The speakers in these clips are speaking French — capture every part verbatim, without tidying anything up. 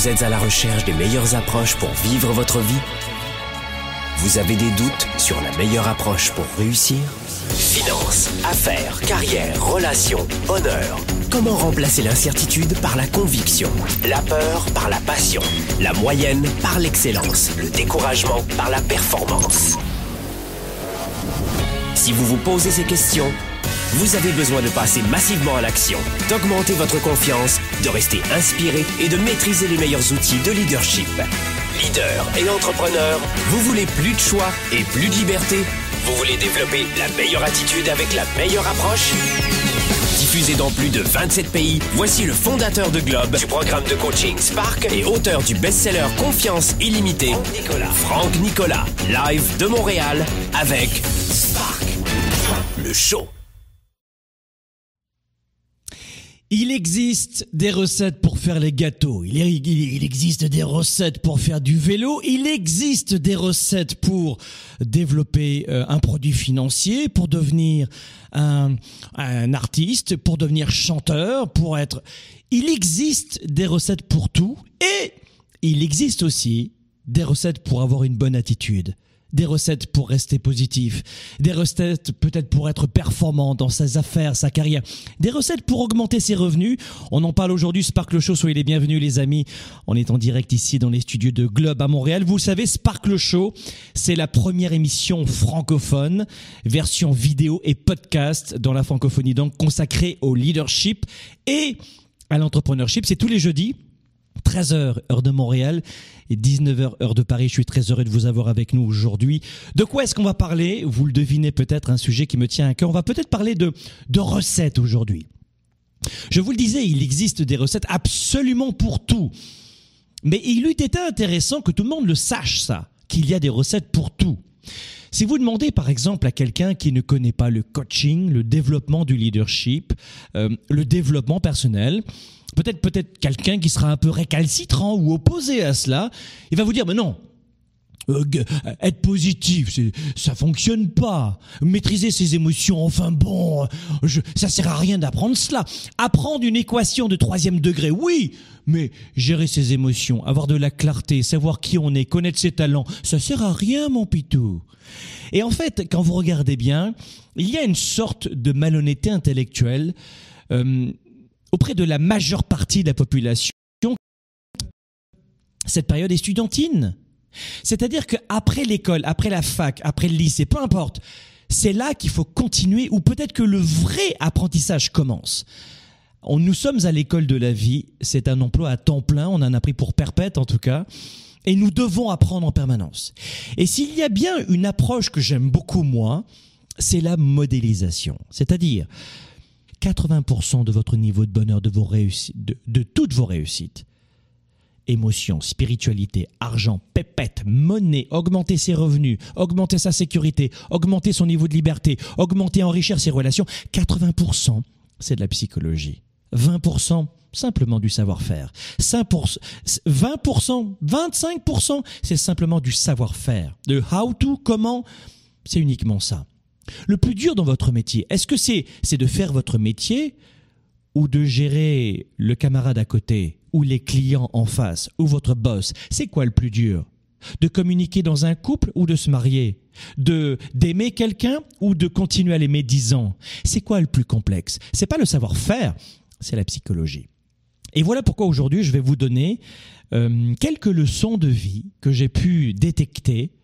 Vous êtes à la recherche des meilleures approches pour vivre votre vie? Vous avez des doutes sur la meilleure approche pour réussir? Finances, affaires, carrière, relations, honneur. Comment remplacer l'incertitude par la conviction, la peur par la passion, la moyenne par l'excellence, le découragement par la performance? Si vous vous posez ces questions, vous avez besoin de passer massivement à l'action, d'augmenter votre confiance, de rester inspiré et de maîtriser les meilleurs outils de leadership. Leader et entrepreneur, vous voulez plus de choix et plus de liberté? Vous voulez développer la meilleure attitude avec la meilleure approche? Diffusé dans plus de vingt-sept pays, voici le fondateur de Globe, du programme de coaching Spark et auteur du best-seller Confiance illimitée, Franck Nicolas. Franck Nicolas, live de Montréal avec Spark, le show. Il existe des recettes pour faire les gâteaux, il, il, il existe des recettes pour faire du vélo, il existe des recettes pour développer euh, un produit financier, pour devenir un, un artiste, pour devenir chanteur, pour être... Il existe des recettes pour tout et il existe aussi des recettes pour avoir une bonne attitude. Des recettes pour rester positif, des recettes peut-être pour être performant dans ses affaires, sa carrière, des recettes pour augmenter ses revenus. On en parle aujourd'hui, Spark le Show, soyez les bienvenus les amis. On est en direct ici dans les studios de Globe à Montréal. Vous le savez, Spark le Show, c'est la première émission francophone, version vidéo et podcast dans la francophonie, donc consacrée au leadership et à l'entrepreneurship. C'est tous les jeudis. treize heures, heure de Montréal, et dix-neuf heures, heure de Paris. Je suis très heureux de vous avoir avec nous aujourd'hui. De quoi est-ce qu'on va parler? Vous le devinez peut-être, un sujet qui me tient à cœur. On va peut-être parler de, de recettes aujourd'hui. Je vous le disais, il existe des recettes absolument pour tout. Mais il eût été intéressant que tout le monde le sache, ça, qu'il y a des recettes pour tout. Si vous demandez par exemple à quelqu'un qui ne connaît pas le coaching, le développement du leadership, euh, le développement personnel, peut-être peut-être quelqu'un qui sera un peu récalcitrant ou opposé à cela, il va vous dire, mais non, euh, être positif, c'est, ça fonctionne pas. Maîtriser ses émotions, enfin bon, je, ça sert à rien d'apprendre cela. Apprendre une équation de troisième degré, oui, mais gérer ses émotions, avoir de la clarté, savoir qui on est, connaître ses talents, ça sert à rien, mon pitou. Et en fait, quand vous regardez bien, il y a une sorte de malhonnêteté intellectuelle euh, auprès de la majeure partie de la population, cette période estudiantine. C'est-à-dire qu'après l'école, après la fac, après le lycée, peu importe, c'est là qu'il faut continuer ou peut-être que le vrai apprentissage commence. On, nous sommes à l'école de la vie, c'est un emploi à temps plein, on en a pris pour perpète en tout cas, et nous devons apprendre en permanence. Et s'il y a bien une approche que j'aime beaucoup moi, c'est la modélisation. C'est-à-dire quatre-vingts pour cent de votre niveau de bonheur, de, vos réussites, de, de toutes vos réussites, émotions, spiritualité, argent, pépette, monnaie, augmenter ses revenus, augmenter sa sécurité, augmenter son niveau de liberté, augmenter, enrichir ses relations, quatre-vingts pour cent, c'est de la psychologie. vingt pour cent, simplement du savoir-faire. cinq pour cent, vingt pour cent, vingt-cinq pour cent, c'est simplement du savoir-faire. De how to, comment, c'est uniquement ça. Le plus dur dans votre métier, est-ce que c'est, c'est de faire votre métier ou de gérer le camarade à côté ou les clients en face ou votre boss? C'est quoi le plus dur? De communiquer dans un couple ou de se marier? De, d'aimer quelqu'un ou de continuer à l'aimer dix ans? C'est quoi le plus complexe? C'est pas le savoir-faire, c'est la psychologie. Et voilà pourquoi aujourd'hui je vais vous donner euh, quelques leçons de vie que j'ai pu détecter,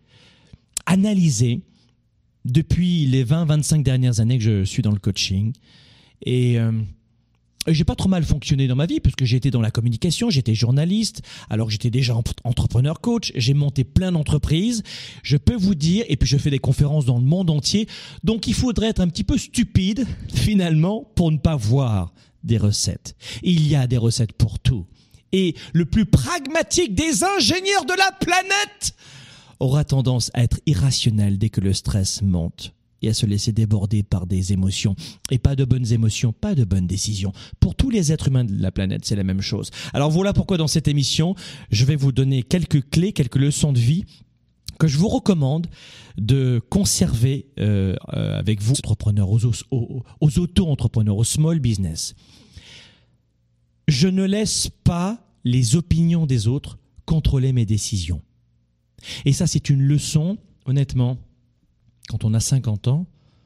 analyser depuis les vingt à vingt-cinq dernières années que je suis dans le coaching. Et euh, j'ai pas trop mal fonctionné dans ma vie parce que j'ai été dans la communication, j'étais journaliste, alors que j'étais déjà entrepreneur coach, j'ai monté plein d'entreprises. Je peux vous dire, et puis je fais des conférences dans le monde entier, donc il faudrait être un petit peu stupide finalement pour ne pas voir des recettes. Il y a des recettes pour tout. Et le plus pragmatique des ingénieurs de la planète aura tendance à être irrationnel dès que le stress monte et à se laisser déborder par des émotions. Et pas de bonnes émotions, pas de bonnes décisions. Pour tous les êtres humains de la planète, c'est la même chose. Alors voilà pourquoi dans cette émission, je vais vous donner quelques clés, quelques leçons de vie que je vous recommande de conserver euh, euh, avec vous, entrepreneurs, aux, aux, aux auto-entrepreneurs, au small business. Je ne laisse pas les opinions des autres contrôler mes décisions. Et ça, c'est une leçon, honnêtement, quand on a cinquante ans,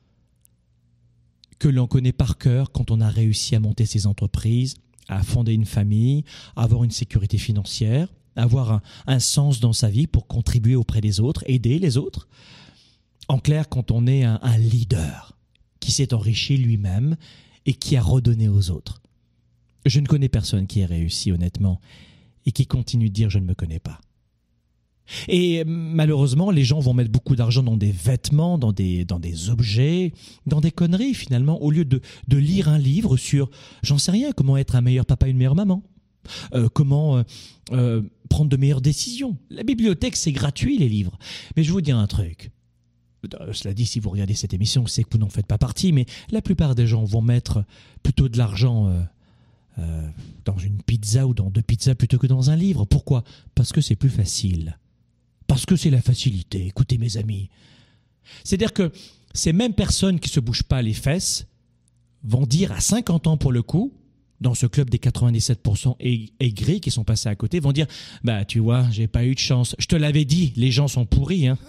que l'on connaît par cœur quand on a réussi à monter ses entreprises, à fonder une famille, à avoir une sécurité financière, à avoir un, un sens dans sa vie pour contribuer auprès des autres, aider les autres. En clair, quand on est un, un leader qui s'est enrichi lui-même et qui a redonné aux autres. Je ne connais personne qui ait réussi, honnêtement, et qui continue de dire « je ne me connais pas ». Et malheureusement, les gens vont mettre beaucoup d'argent dans des vêtements, dans des, dans des objets, dans des conneries finalement, au lieu de, de lire un livre sur, j'en sais rien, comment être un meilleur papa, une meilleure maman, euh, comment euh, euh, prendre de meilleures décisions. La bibliothèque, c'est gratuit, les livres. Mais je vais vous dire un truc. Cela dit, si vous regardez cette émission, c'est que vous n'en faites pas partie, mais la plupart des gens vont mettre plutôt de l'argent euh, euh, dans une pizza ou dans deux pizzas plutôt que dans un livre. Pourquoi ? Parce que c'est plus facile. Parce que c'est la facilité, écoutez mes amis. C'est-à-dire que ces mêmes personnes qui ne se bougent pas les fesses vont dire à cinquante ans pour le coup, dans ce club des quatre-vingt-dix-sept pour cent aigris qui sont passés à côté, vont dire « Bah tu vois, j'ai pas eu de chance. Je te l'avais dit, les gens sont pourris. Hein.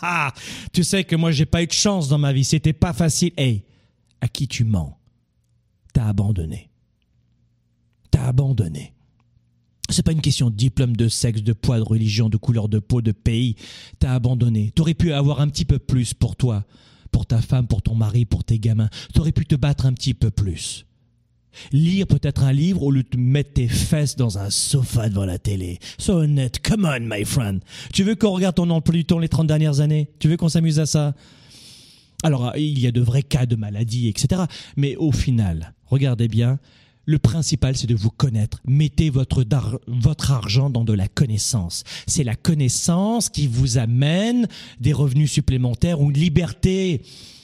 Tu sais que moi j'ai pas eu de chance dans ma vie, c'était pas facile. » Hey, à qui tu mens ? T'as abandonné. T'as abandonné. C'est pas une question de diplôme, de sexe, de poids, de religion, de couleur de peau, de pays. T'as abandonné. T'aurais pu avoir un petit peu plus pour toi, pour ta femme, pour ton mari, pour tes gamins. T'aurais pu te battre un petit peu plus. Lire peut-être un livre au lieu de mettre tes fesses dans un sofa devant la télé. Sois honnête. Come on, my friend. Tu veux qu'on regarde ton emploi du temps les trente dernières années ? Tu veux qu'on s'amuse à ça ? Alors, il y a de vrais cas de maladie, et cetera. Mais au final, regardez bien, le principal, c'est de vous connaître. Mettez votre, dar- votre argent dans de la connaissance. C'est la connaissance qui vous amène des revenus supplémentaires ou une liberté,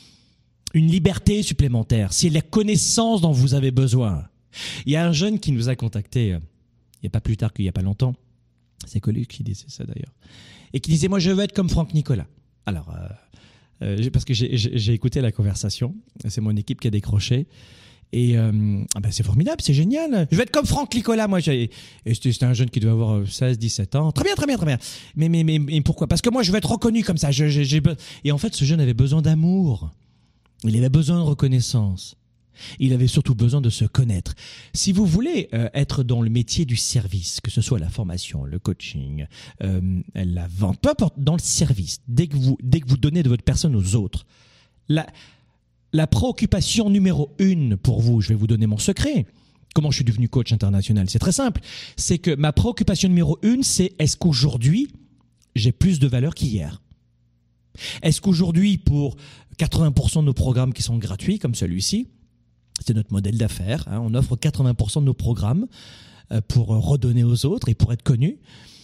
une liberté supplémentaire. C'est la connaissance dont vous avez besoin. Il y a un jeune qui nous a contacté, il n'y a pas plus tard qu'il n'y a pas longtemps. C'est Coluche qui disait ça d'ailleurs. Et qui disait, moi je veux être comme Franck Nicolas. Alors, euh, euh, parce que j'ai, j'ai, j'ai écouté la conversation. C'est mon équipe qui a décroché. Et euh, ah ben c'est formidable, c'est génial. Je vais être comme Franck Nicolas, moi. J'ai, et c'était, c'était un jeune qui devait avoir seize, dix-sept ans. Très bien, très bien, très bien. Mais, mais, mais, mais pourquoi ? Parce que moi, je veux être reconnu comme ça. Je, j'ai, j'ai... Et en fait, ce jeune avait besoin d'amour. Il avait besoin de reconnaissance. Il avait surtout besoin de se connaître. Si vous voulez euh, être dans le métier du service, que ce soit la formation, le coaching, euh, la vente, peu importe, dans le service, dès que vous, dès que vous donnez de votre personne aux autres, la... La préoccupation numéro une pour vous, je vais vous donner mon secret. Comment je suis devenu coach international ? C'est très simple. C'est que ma préoccupation numéro une, c'est est-ce qu'aujourd'hui, j'ai plus de valeur qu'hier ? Est-ce qu'aujourd'hui, pour quatre-vingts pour cent de nos programmes qui sont gratuits, comme celui-ci, c'est notre modèle d'affaires, hein, on offre quatre-vingts pour cent de nos programmes pour redonner aux autres et pour être connus.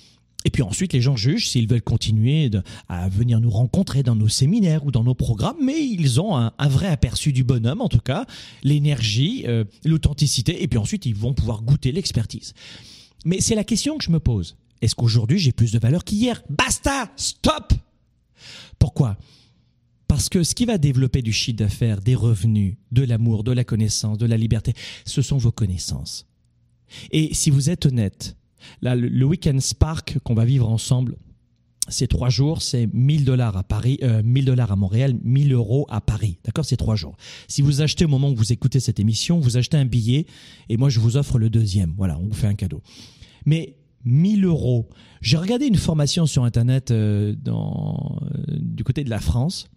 Et puis ensuite, les gens jugent s'ils veulent continuer de, à venir nous rencontrer dans nos séminaires ou dans nos programmes, mais ils ont un, un vrai aperçu du bonhomme, en tout cas, l'énergie, euh, l'authenticité, et puis ensuite, ils vont pouvoir goûter l'expertise. Mais c'est la question que je me pose. Est-ce qu'aujourd'hui, j'ai plus de valeur qu'hier ? Basta ! Stop ! Pourquoi ? Parce que ce qui va développer du chiffre d'affaires, des revenus, de l'amour, de la connaissance, de la liberté, ce sont vos connaissances. Et si vous êtes honnête, là, le, le Weekend Spark qu'on va vivre ensemble, c'est trois jours, c'est mille dollars à Paris, euh, mille dollars à Montréal, mille euros à Paris. D'accord, c'est trois jours. Si vous achetez au moment où vous écoutez cette émission, vous achetez un billet et moi je vous offre le deuxième. Voilà, on vous fait un cadeau. Mais mille euros. J'ai regardé une formation sur Internet euh, dans, euh, du côté de la France.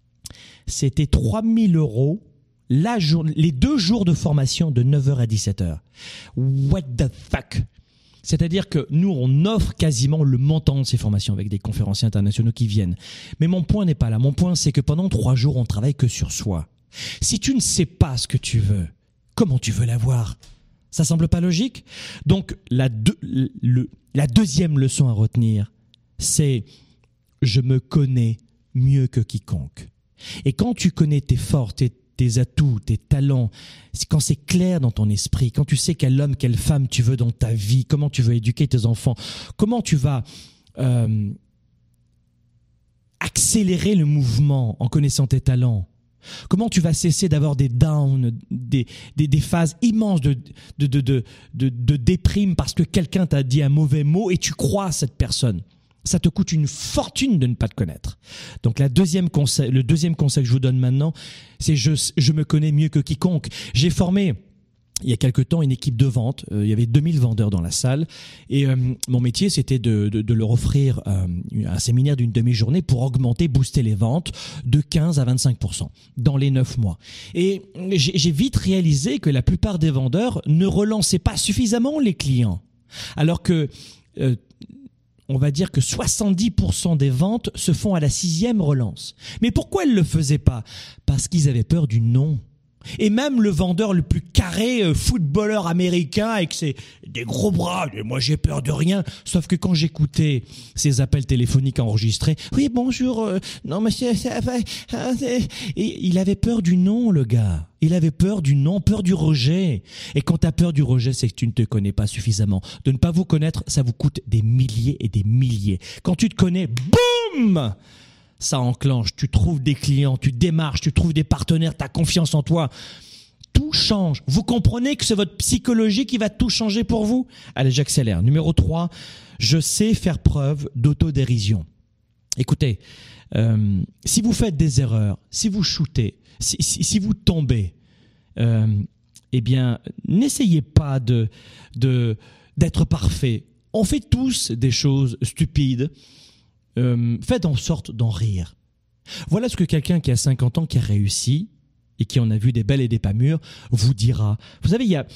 C'était trois mille euros la jour, les deux jours de formation de neuf heures à dix-sept heures. What the fuck ? C'est-à-dire que nous, on offre quasiment le montant de ces formations avec des conférenciers internationaux qui viennent. Mais mon point n'est pas là. Mon point, c'est que pendant trois jours, on travaille que sur soi. Si tu ne sais pas ce que tu veux, comment tu veux l'avoir ? Ça semble pas logique ? Donc, la, deux, le, la deuxième leçon à retenir, c'est « je me connais mieux que quiconque ». Et quand tu connais tes forces, tes tes atouts, tes talents, quand c'est clair dans ton esprit, quand tu sais quel homme, quelle femme tu veux dans ta vie, comment tu veux éduquer tes enfants, comment tu vas euh, accélérer le mouvement en connaissant tes talents, Comment tu vas cesser d'avoir des downs, des, des, des phases immenses de, de, de, de, de, de déprime parce que quelqu'un t'a dit un mauvais mot et tu crois à cette personne? Ça te coûte une fortune de ne pas te connaître. Donc la deuxième conseil, le deuxième conseil que je vous donne maintenant, c'est je, je me connais mieux que quiconque. J'ai formé il y a quelque temps une équipe de vente. Euh, il y avait deux mille vendeurs dans la salle et euh, mon métier c'était de, de, de leur offrir euh, un séminaire d'une demi-journée pour augmenter, booster les ventes de quinze à vingt-cinq pour cent dans les neuf mois. Et j'ai, j'ai vite réalisé que la plupart des vendeurs ne relançaient pas suffisamment les clients, alors que euh, on va dire que soixante-dix pour cent des ventes se font à la sixième relance. Mais pourquoi ils ne le faisaient pas? Parce qu'ils avaient peur du non. Et même le vendeur le plus carré, euh, footballeur américain avec ses des gros bras, moi j'ai peur de rien. Sauf que quand j'écoutais ces appels téléphoniques enregistrés, oui bonjour, euh, non monsieur, ça va, et il avait peur du non le gars. Il avait peur du non, peur du rejet. Et quand tu as peur du rejet, c'est que tu ne te connais pas suffisamment. De ne pas vous connaître, ça vous coûte des milliers et des milliers. Quand tu te connais, boum, ça enclenche, tu trouves des clients, tu démarches, tu trouves des partenaires, tu as confiance en toi. Tout change. Vous comprenez que c'est votre psychologie qui va tout changer pour vous? Allez, j'accélère. Numéro trois, je sais faire preuve d'autodérision. Écoutez, euh, si vous faites des erreurs, si vous shootez, si, si, si vous tombez, euh, eh bien, n'essayez pas de, de, d'être parfait. On fait tous des choses stupides. Euh, faites en sorte d'en rire. Voilà ce que quelqu'un qui a cinquante ans, qui a réussi et qui en a vu des belles et des pas mûres, vous dira. Vous savez, il y a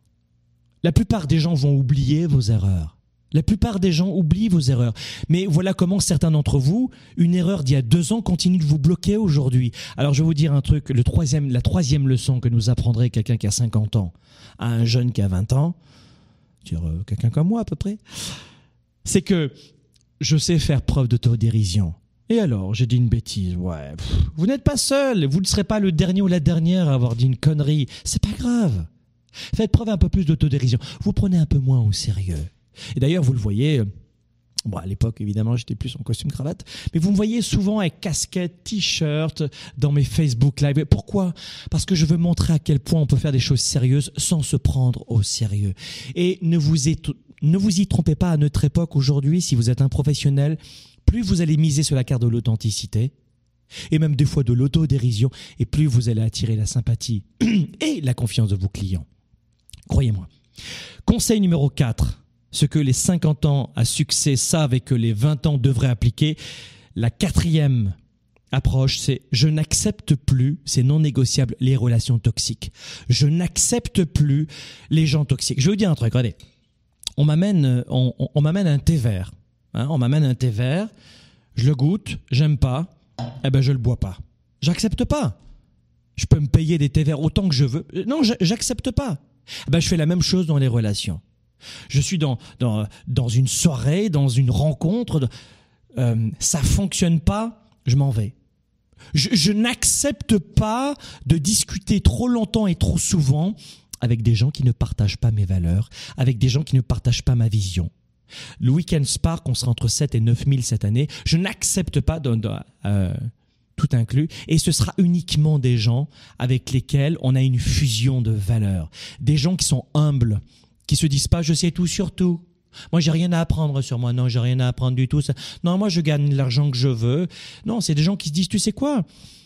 la plupart des gens vont oublier vos erreurs. La plupart des gens oublient vos erreurs. Mais voilà comment certains d'entre vous, une erreur d'il y a deux ans continue de vous bloquer aujourd'hui. Alors je vais vous dire un truc, le troisième, la troisième leçon que nous apprendrait quelqu'un qui a cinquante ans à un jeune qui a vingt ans, dire euh, quelqu'un comme moi à peu près, c'est que je sais faire preuve d'autodérision. Et alors, j'ai dit une bêtise. Ouais, pff, vous n'êtes pas seul. Vous ne serez pas le dernier ou la dernière à avoir dit une connerie. C'est pas grave. Faites preuve un peu plus d'autodérision. Vous prenez un peu moins au sérieux. Et d'ailleurs, vous le voyez, bon, à l'époque, évidemment, j'étais plus en costume cravate, mais vous me voyez souvent avec casquette, t-shirt, dans mes Facebook Live. Pourquoi? Parce que je veux montrer à quel point on peut faire des choses sérieuses sans se prendre au sérieux. Et ne vous étonnez Ne vous y trompez pas, à notre époque aujourd'hui, si vous êtes un professionnel, plus vous allez miser sur la carte de l'authenticité, et même des fois de l'autodérision, et plus vous allez attirer la sympathie et la confiance de vos clients. Croyez-moi. Conseil numéro quatre, ce que les cinquante ans à succès savent et que les vingt ans devraient appliquer. La quatrième approche, c'est « je n'accepte plus », c'est non négociable, les relations toxiques. Je n'accepte plus les gens toxiques. Je vais vous dire un truc, regardez. On m'amène, on, on, on m'amène un thé vert. Hein, on m'amène un thé vert, je le goûte, j'aime pas, eh ben je le bois pas. J'accepte pas. Je peux me payer des thés verts autant que je veux. Non, j'accepte pas. Eh ben je fais la même chose dans les relations. Je suis dans dans dans une soirée, dans une rencontre, euh, ça fonctionne pas, je m'en vais. Je, je n'accepte pas de discuter trop longtemps et trop souvent avec des gens qui ne partagent pas mes valeurs, avec des gens qui ne partagent pas ma vision. Le Weekend Spark, on sera entre sept et neuf mille cette année. Je n'accepte pas, de, de, euh, tout inclus, et ce sera uniquement des gens avec lesquels on a une fusion de valeurs. Des gens qui sont humbles, qui se disent pas « je sais tout sur tout ». Moi, j'ai rien à apprendre sur moi. Non, j'ai rien à apprendre du tout. Non, moi, je gagne l'argent que je veux. Non, c'est des gens qui se disent « tu sais quoi ?»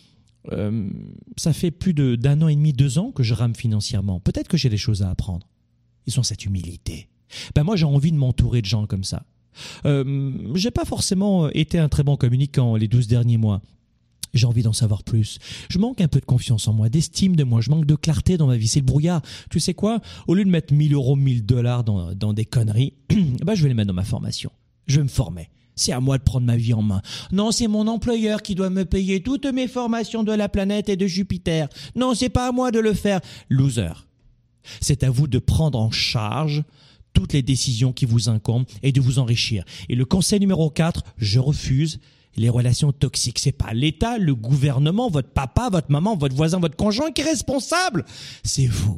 Euh, ça fait plus de, d'un an et demi, deux ans que je rame financièrement. Peut-être que j'ai des choses à apprendre. Ils ont cette humilité. Ben moi, j'ai envie de m'entourer de gens comme ça. Euh, j'ai pas forcément été un très bon communicant les douze derniers mois. J'ai envie d'en savoir plus. Je manque un peu de confiance en moi, d'estime de moi. Je manque de clarté dans ma vie. C'est le brouillard. Tu sais quoi? Au lieu de mettre mille euros, mille dollars dans, dans des conneries, ben je vais les mettre dans ma formation. Je vais me former. C'est à moi de prendre ma vie en main. Non, c'est mon employeur qui doit me payer toutes mes formations de la planète et de Jupiter. Non, c'est pas à moi de le faire. Loser. C'est à vous de prendre en charge toutes les décisions qui vous incombent et de vous enrichir. Et le conseil numéro quatre, je refuse les relations toxiques. C'est pas l'État, le gouvernement, votre papa, votre maman, votre voisin, votre conjoint qui est responsable. C'est vous.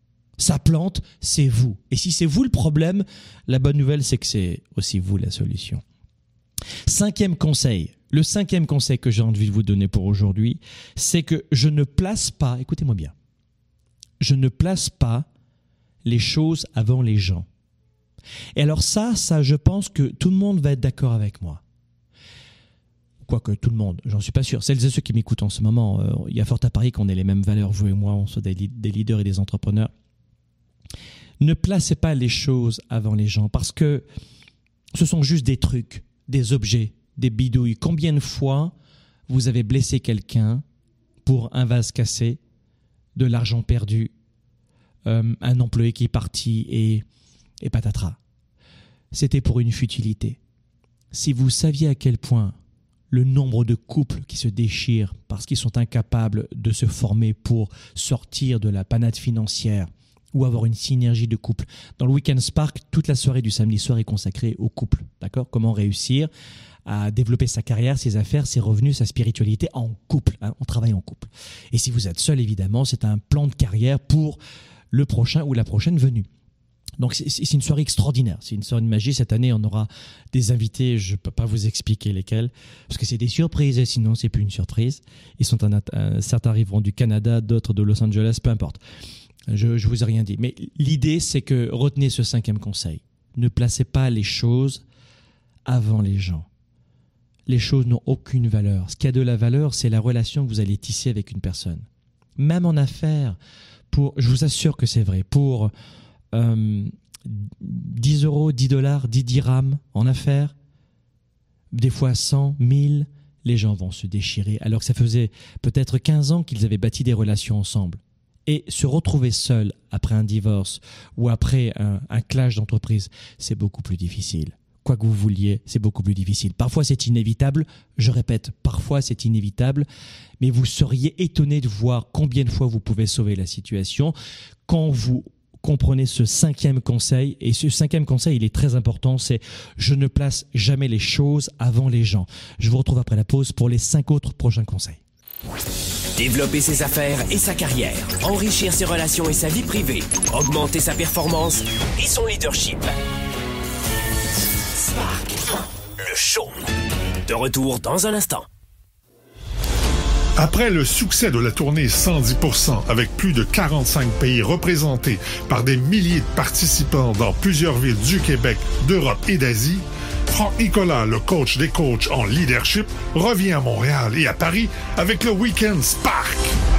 Ça plante, c'est vous. Et si c'est vous le problème, la bonne nouvelle, c'est que c'est aussi vous la solution. Cinquième conseil. Le cinquième conseil que j'ai envie de vous donner pour aujourd'hui, c'est que je ne place pas, écoutez-moi bien, je ne place pas les choses avant les gens. Et alors ça, ça, je pense que tout le monde va être d'accord avec moi. Quoique tout le monde, j'en suis pas sûr. Celles et ceux qui m'écoutent en ce moment, euh, il y a fort à parier qu'on ait les mêmes valeurs, vous et moi, on soit des, des leaders et des entrepreneurs. Ne placez pas les choses avant les gens parce que ce sont juste des trucs, des objets, des bidouilles. Combien de fois vous avez blessé quelqu'un pour un vase cassé, de l'argent perdu, euh, un employé qui est parti et, et patatras. C'était pour une futilité. Si vous saviez à quel point le nombre de couples qui se déchirent parce qu'ils sont incapables de se former pour sortir de la panade financière ou avoir une synergie de couple. Dans le Weekend Spark, toute la soirée du samedi soir est consacrée au couple. D'accord ? Comment réussir à développer sa carrière, ses affaires, ses revenus, sa spiritualité en couple. Hein, on travaille en couple. Et si vous êtes seul, évidemment, c'est un plan de carrière pour le prochain ou la prochaine venue. Donc c'est, c'est une soirée extraordinaire, c'est une soirée de magie. Cette année, on aura des invités, je ne peux pas vous expliquer lesquels, parce que c'est des surprises, et sinon c'est plus une surprise. Ils sont un, un, certains arriveront du Canada, d'autres de Los Angeles, peu importe. Je ne vous ai rien dit. Mais l'idée, c'est que retenez ce cinquième conseil. Ne placez pas les choses avant les gens. Les choses n'ont aucune valeur. Ce qui a de la valeur, c'est la relation que vous allez tisser avec une personne. Même en affaires, pour, je vous assure que c'est vrai, pour euh, dix euros, dix dollars, dix dirhams en affaires, des fois cent, mille, les gens vont se déchirer. Alors que ça faisait peut-être quinze ans qu'ils avaient bâti des relations ensemble. Et se retrouver seul après un divorce ou après un, un clash d'entreprise, c'est beaucoup plus difficile. Quoi que vous vouliez, c'est beaucoup plus difficile. Parfois, c'est inévitable. Je répète, parfois, c'est inévitable. Mais vous seriez étonné de voir combien de fois vous pouvez sauver la situation quand vous comprenez ce cinquième conseil. Et ce cinquième conseil, il est très important, c'est « Je ne place jamais les choses avant les gens ». Je vous retrouve après la pause pour les cinq autres prochains conseils. Développer ses affaires et sa carrière, enrichir ses relations et sa vie privée, augmenter sa performance et son leadership. Spark, le show. De retour dans un instant. Après le succès de la tournée cent dix pour cent avec plus de quarante-cinq pays représentés par des milliers de participants dans plusieurs villes du Québec, d'Europe et d'Asie, Franck Nicolas, le coach des coachs en leadership, revient à Montréal et à Paris avec le Weekend Spark.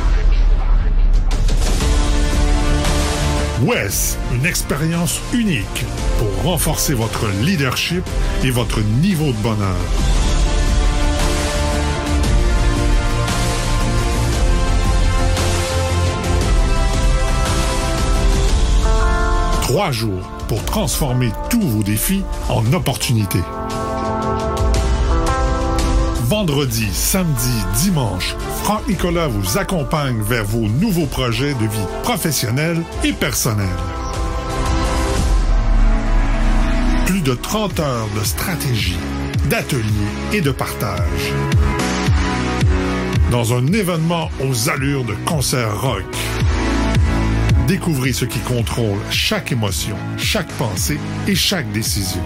W E S, une expérience unique pour renforcer votre leadership et votre niveau de bonheur. Trois jours pour transformer tous vos défis en opportunités. Vendredi, samedi, dimanche, Franck Nicolas vous accompagne vers vos nouveaux projets de vie professionnelle et personnelle. Plus de trente heures de stratégie, d'ateliers et de partage. Dans un événement aux allures de concert rock. Découvrez ce qui contrôle chaque émotion, chaque pensée et chaque décision.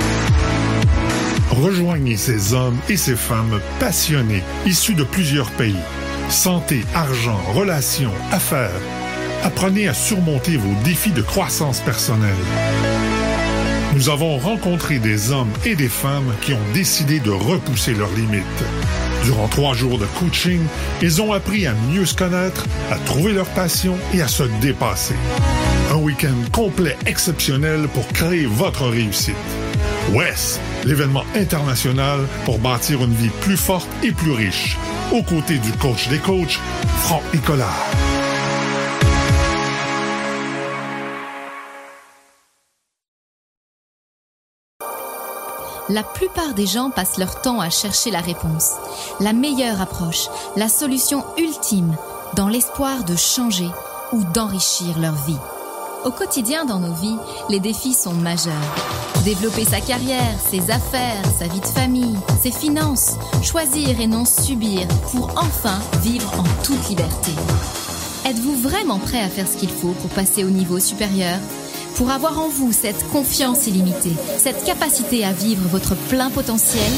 Rejoignez ces hommes et ces femmes passionnés, issus de plusieurs pays. Santé, argent, relations, affaires. Apprenez à surmonter vos défis de croissance personnelle. Nous avons rencontré des hommes et des femmes qui ont décidé de repousser leurs limites. Durant trois jours de coaching, ils ont appris à mieux se connaître, à trouver leur passion et à se dépasser. Un week-end complet exceptionnel pour créer votre réussite. W E S, l'événement international pour bâtir une vie plus forte et plus riche. Aux côtés du coach des coachs, Franck Nicolas. La plupart des gens passent leur temps à chercher la réponse, la meilleure approche, la solution ultime, dans l'espoir de changer ou d'enrichir leur vie. Au quotidien dans nos vies, les défis sont majeurs. Développer sa carrière, ses affaires, sa vie de famille, ses finances, choisir et non subir pour enfin vivre en toute liberté. Êtes-vous vraiment prêt à faire ce qu'il faut pour passer au niveau supérieur ? Pour avoir en vous cette confiance illimitée, cette capacité à vivre votre plein potentiel,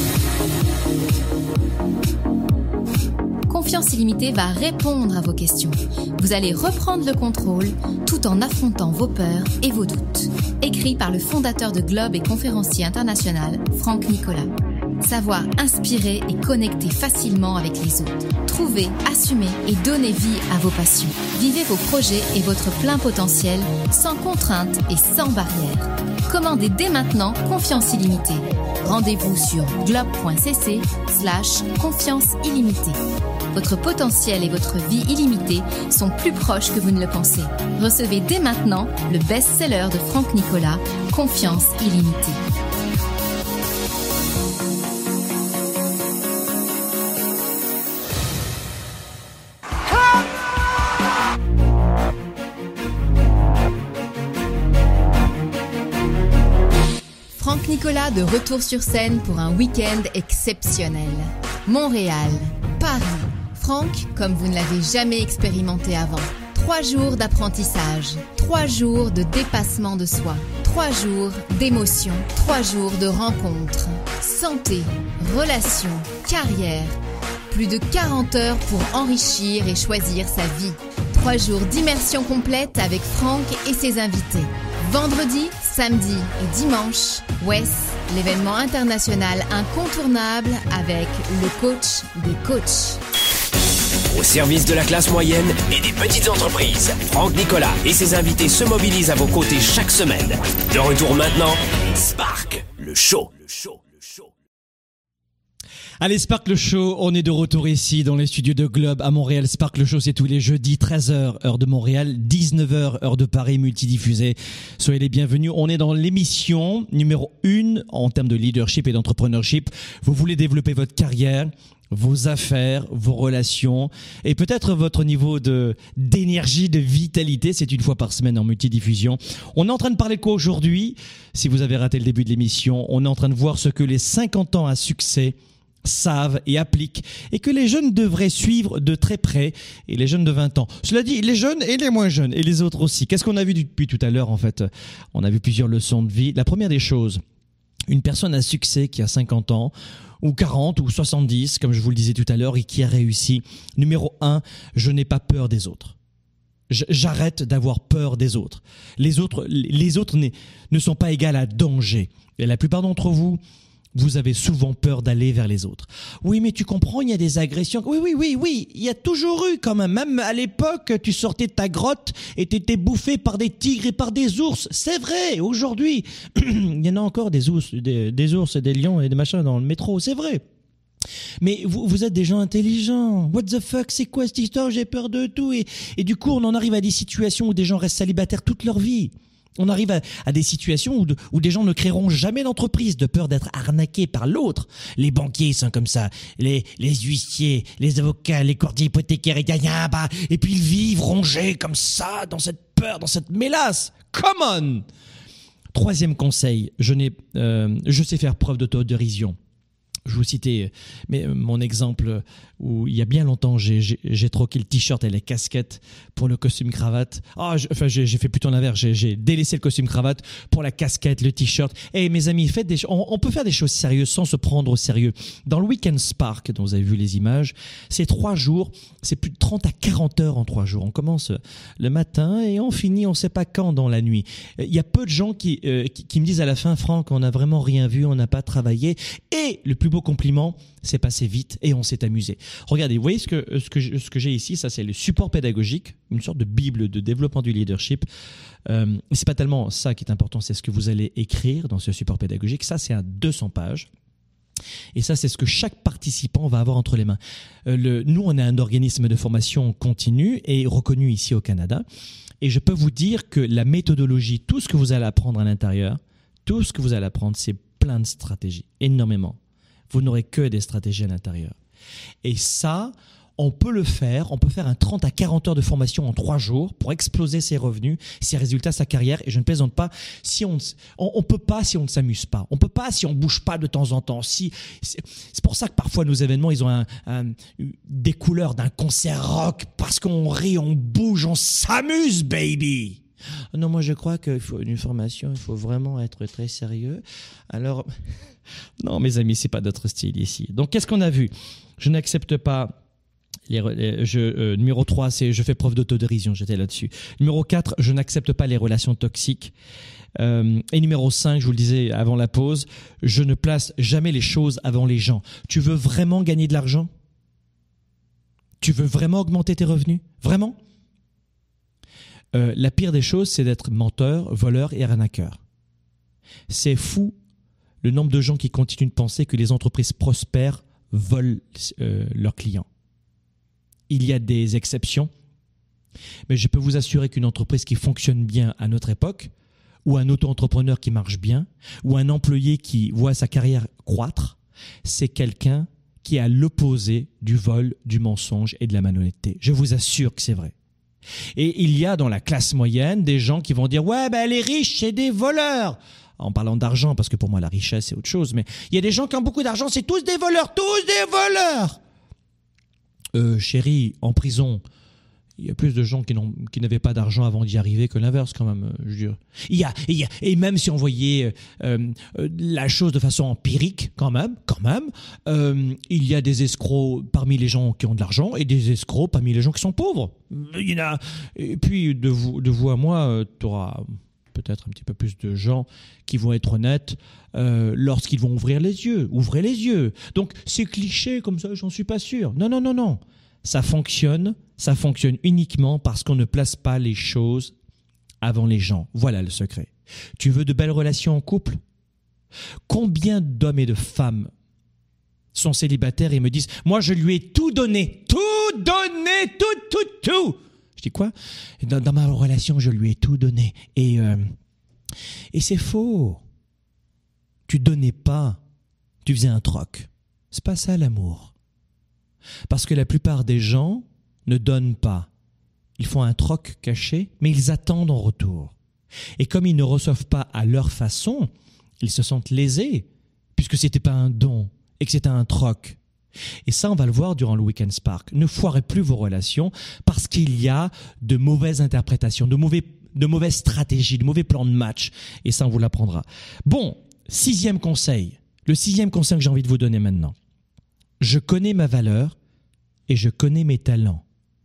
Confiance illimitée va répondre à vos questions. Vous allez reprendre le contrôle tout en affrontant vos peurs et vos doutes. Écrit par le fondateur de Globe et conférencier international, Franck Nicolas. Savoir inspirer et connecter facilement avec les autres. Trouvez, assumez et donnez vie à vos passions. Vivez vos projets et votre plein potentiel sans contraintes et sans barrières. Commandez dès maintenant Confiance illimitée. Rendez-vous sur globe.cc slash confiance illimitée. Votre potentiel et votre vie illimitée sont plus proches que vous ne le pensez. Recevez dès maintenant le best-seller de Franck Nicolas, Confiance illimitée. Franck Nicolas de retour sur scène pour un week-end exceptionnel. Montréal, Paris. Franck, comme vous ne l'avez jamais expérimenté avant. Trois jours d'apprentissage, trois jours de dépassement de soi, trois jours d'émotions, trois jours de rencontres. Santé, relations, carrière. Plus de quarante heures pour enrichir et choisir sa vie. Trois jours d'immersion complète avec Franck et ses invités. Vendredi, samedi et dimanche, W E S, l'événement international incontournable avec le coach des coachs. Au service de la classe moyenne et des petites entreprises, Franck Nicolas et ses invités se mobilisent à vos côtés chaque semaine. De retour maintenant, Spark, le show. Le show. Allez, Spark le Show, on est de retour ici dans les studios de Globe à Montréal. Spark le Show, c'est tous les jeudis, treize heures, heure de Montréal, dix-neuf heures, heure de Paris, multidiffusé. Soyez les bienvenus. On est dans l'émission numéro une en termes de leadership et d'entrepreneurship. Vous voulez développer votre carrière, vos affaires, vos relations et peut-être votre niveau de d'énergie, de vitalité. C'est une fois par semaine en multidiffusion. On est en train de parler de quoi aujourd'hui? Si vous avez raté le début de l'émission, on est en train de voir ce que les cinquante ans à succès savent et appliquent et que les jeunes devraient suivre de très près, et les jeunes de vingt ans. Cela dit, les jeunes et les moins jeunes et les autres aussi. Qu'est-ce qu'on a vu depuis tout à l'heure en fait? On a vu plusieurs leçons de vie. La première des choses, une personne à succès qui a cinquante ans ou quarante ou soixante-dix, comme je vous le disais tout à l'heure, et qui a réussi. Numéro un, je n'ai pas peur des autres. J'arrête d'avoir peur des autres. Les autres, les autres ne sont pas égales à danger. Et la plupart d'entre vous, vous avez souvent peur d'aller vers les autres. Oui, mais tu comprends, il y a des agressions. Oui, oui, oui, oui, il y a toujours eu quand même. Même à l'époque, tu sortais de ta grotte et t'étais bouffé par des tigres et par des ours. C'est vrai, aujourd'hui, il y en a encore des ours, des, des ours et des lions et des machins dans le métro, c'est vrai. Mais vous, vous êtes des gens intelligents. What the fuck, c'est quoi cette histoire? J'ai peur de tout. Et, et du coup, on en arrive à des situations où des gens restent célibataires toute leur vie. On arrive à, à des situations où, de, où des gens ne créeront jamais d'entreprise de peur d'être arnaqués par l'autre. Les banquiers sont comme ça, les, les huissiers, les avocats, les courtiers hypothécaires, et, bah, et puis ils vivent rongés comme ça, dans cette peur, dans cette mélasse. Come on! Troisième conseil, je, n'ai, euh, je sais faire preuve d'autodérision. Je vous citais mais mon exemple où il y a bien longtemps, j'ai, j'ai, j'ai troqué le t-shirt et les casquettes pour le costume cravate. Ah, oh, enfin, j'ai, j'ai fait plutôt l'inverse. J'ai, j'ai délaissé le costume cravate pour la casquette, le t-shirt. Et mes amis, faites des, on, on peut faire des choses sérieuses sans se prendre au sérieux. Dans le Weekend Spark, dont vous avez vu les images, c'est trois jours, c'est plus de trente à quarante heures en trois jours. On commence le matin et on finit, on ne sait pas quand dans la nuit. Il y a peu de gens qui, euh, qui, qui me disent à la fin, Franck, on n'a vraiment rien vu, on n'a pas travaillé. Et le plus beau compliment, c'est passé vite et on s'est amusé. Regardez, vous voyez ce que, ce que, ce que j'ai ici, ça c'est le support pédagogique, une sorte de bible de développement du leadership. Euh, c'est pas tellement ça qui est important, c'est ce que vous allez écrire dans ce support pédagogique. Ça c'est à deux cents pages. Et ça, c'est ce que chaque participant va avoir entre les mains. Euh, le, nous, on est un organisme de formation continue et reconnu ici au Canada. Et je peux vous dire que la méthodologie, tout ce que vous allez apprendre à l'intérieur, tout ce que vous allez apprendre, c'est plein de stratégies, énormément. Vous n'aurez que des stratégies à l'intérieur. Et ça, on peut le faire. On peut faire un trente à quarante heures de formation en trois jours pour exploser ses revenus, ses résultats, sa carrière. Et je ne plaisante pas. Si on, on, on peut pas si on ne s'amuse pas. On peut pas si on bouge pas de temps en temps. Si, c'est, c'est pour ça que parfois nos événements, ils ont un, un, des couleurs d'un concert rock parce qu'on rit, on bouge, on s'amuse, baby. Non, moi je crois qu'il faut une formation, il faut vraiment être très sérieux. Alors, non mes amis, c'est pas notre style ici. Donc qu'est-ce qu'on a vu? Je n'accepte pas... Les, les, je, euh, numéro trois, c'est je fais preuve d'autodérision, j'étais là-dessus. Numéro quatre, je n'accepte pas les relations toxiques. Euh, et numéro cinq, je vous le disais avant la pause, je ne place jamais les choses avant les gens. Tu veux vraiment gagner de l'argent? Tu veux vraiment augmenter tes revenus? Vraiment? euh, La pire des choses, c'est d'être menteur, voleur et arnaqueur. C'est fou le nombre de gens qui continuent de penser que les entreprises prospères volent euh, leurs clients. Il y a des exceptions, mais je peux vous assurer qu'une entreprise qui fonctionne bien à notre époque, ou un auto-entrepreneur qui marche bien, ou un employé qui voit sa carrière croître, c'est quelqu'un qui est à l'opposé du vol, du mensonge et de la malhonnêteté. Je vous assure que c'est vrai. Et il y a dans la classe moyenne des gens qui vont dire « Ouais, ben les riches, c'est des voleurs !» En parlant d'argent, parce que pour moi la richesse c'est autre chose, mais il y a des gens qui ont beaucoup d'argent, c'est tous des voleurs, tous des voleurs. Euh, chérie, en prison, il y a plus de gens qui, n'ont, qui n'avaient pas d'argent avant d'y arriver que l'inverse quand même, je veux dire. Il y a, il y a, et même si on voyait euh, euh, la chose de façon empirique, quand même, quand même, euh, il y a des escrocs parmi les gens qui ont de l'argent et des escrocs parmi les gens qui sont pauvres. Il y en a. Et puis de vous, de vous à moi, euh, tu auras peut-être un petit peu plus de gens qui vont être honnêtes euh, lorsqu'ils vont ouvrir les yeux. Ouvrez les yeux. Donc, c'est cliché comme ça, j'en suis pas sûr. Non, non, non, non. Ça fonctionne, ça fonctionne uniquement parce qu'on ne place pas les choses avant les gens. Voilà le secret. Tu veux de belles relations en couple? Combien d'hommes et de femmes sont célibataires et me disent « Moi, je lui ai tout donné, tout donné, tout, tout, tout !» Je dis quoi? Dans, dans ma relation, je lui ai tout donné. Et, euh, et c'est faux. Tu donnais pas, tu faisais un troc. C'est pas ça l'amour. Parce que la plupart des gens ne donnent pas. Ils font un troc caché, mais ils attendent en retour. Et comme ils ne reçoivent pas à leur façon, ils se sentent lésés, puisque c'était pas un don et que c'était un troc. Et ça, on va le voir durant le Weekend Spark. Ne foirez plus vos relations parce qu'il y a de mauvaises interprétations, de, mauvais, de mauvaises stratégies, de mauvais plans de match. Et ça, on vous l'apprendra. Bon, sixième conseil. Le sixième conseil que j'ai envie de vous donner maintenant. Je connais ma valeur et je connais mes talents.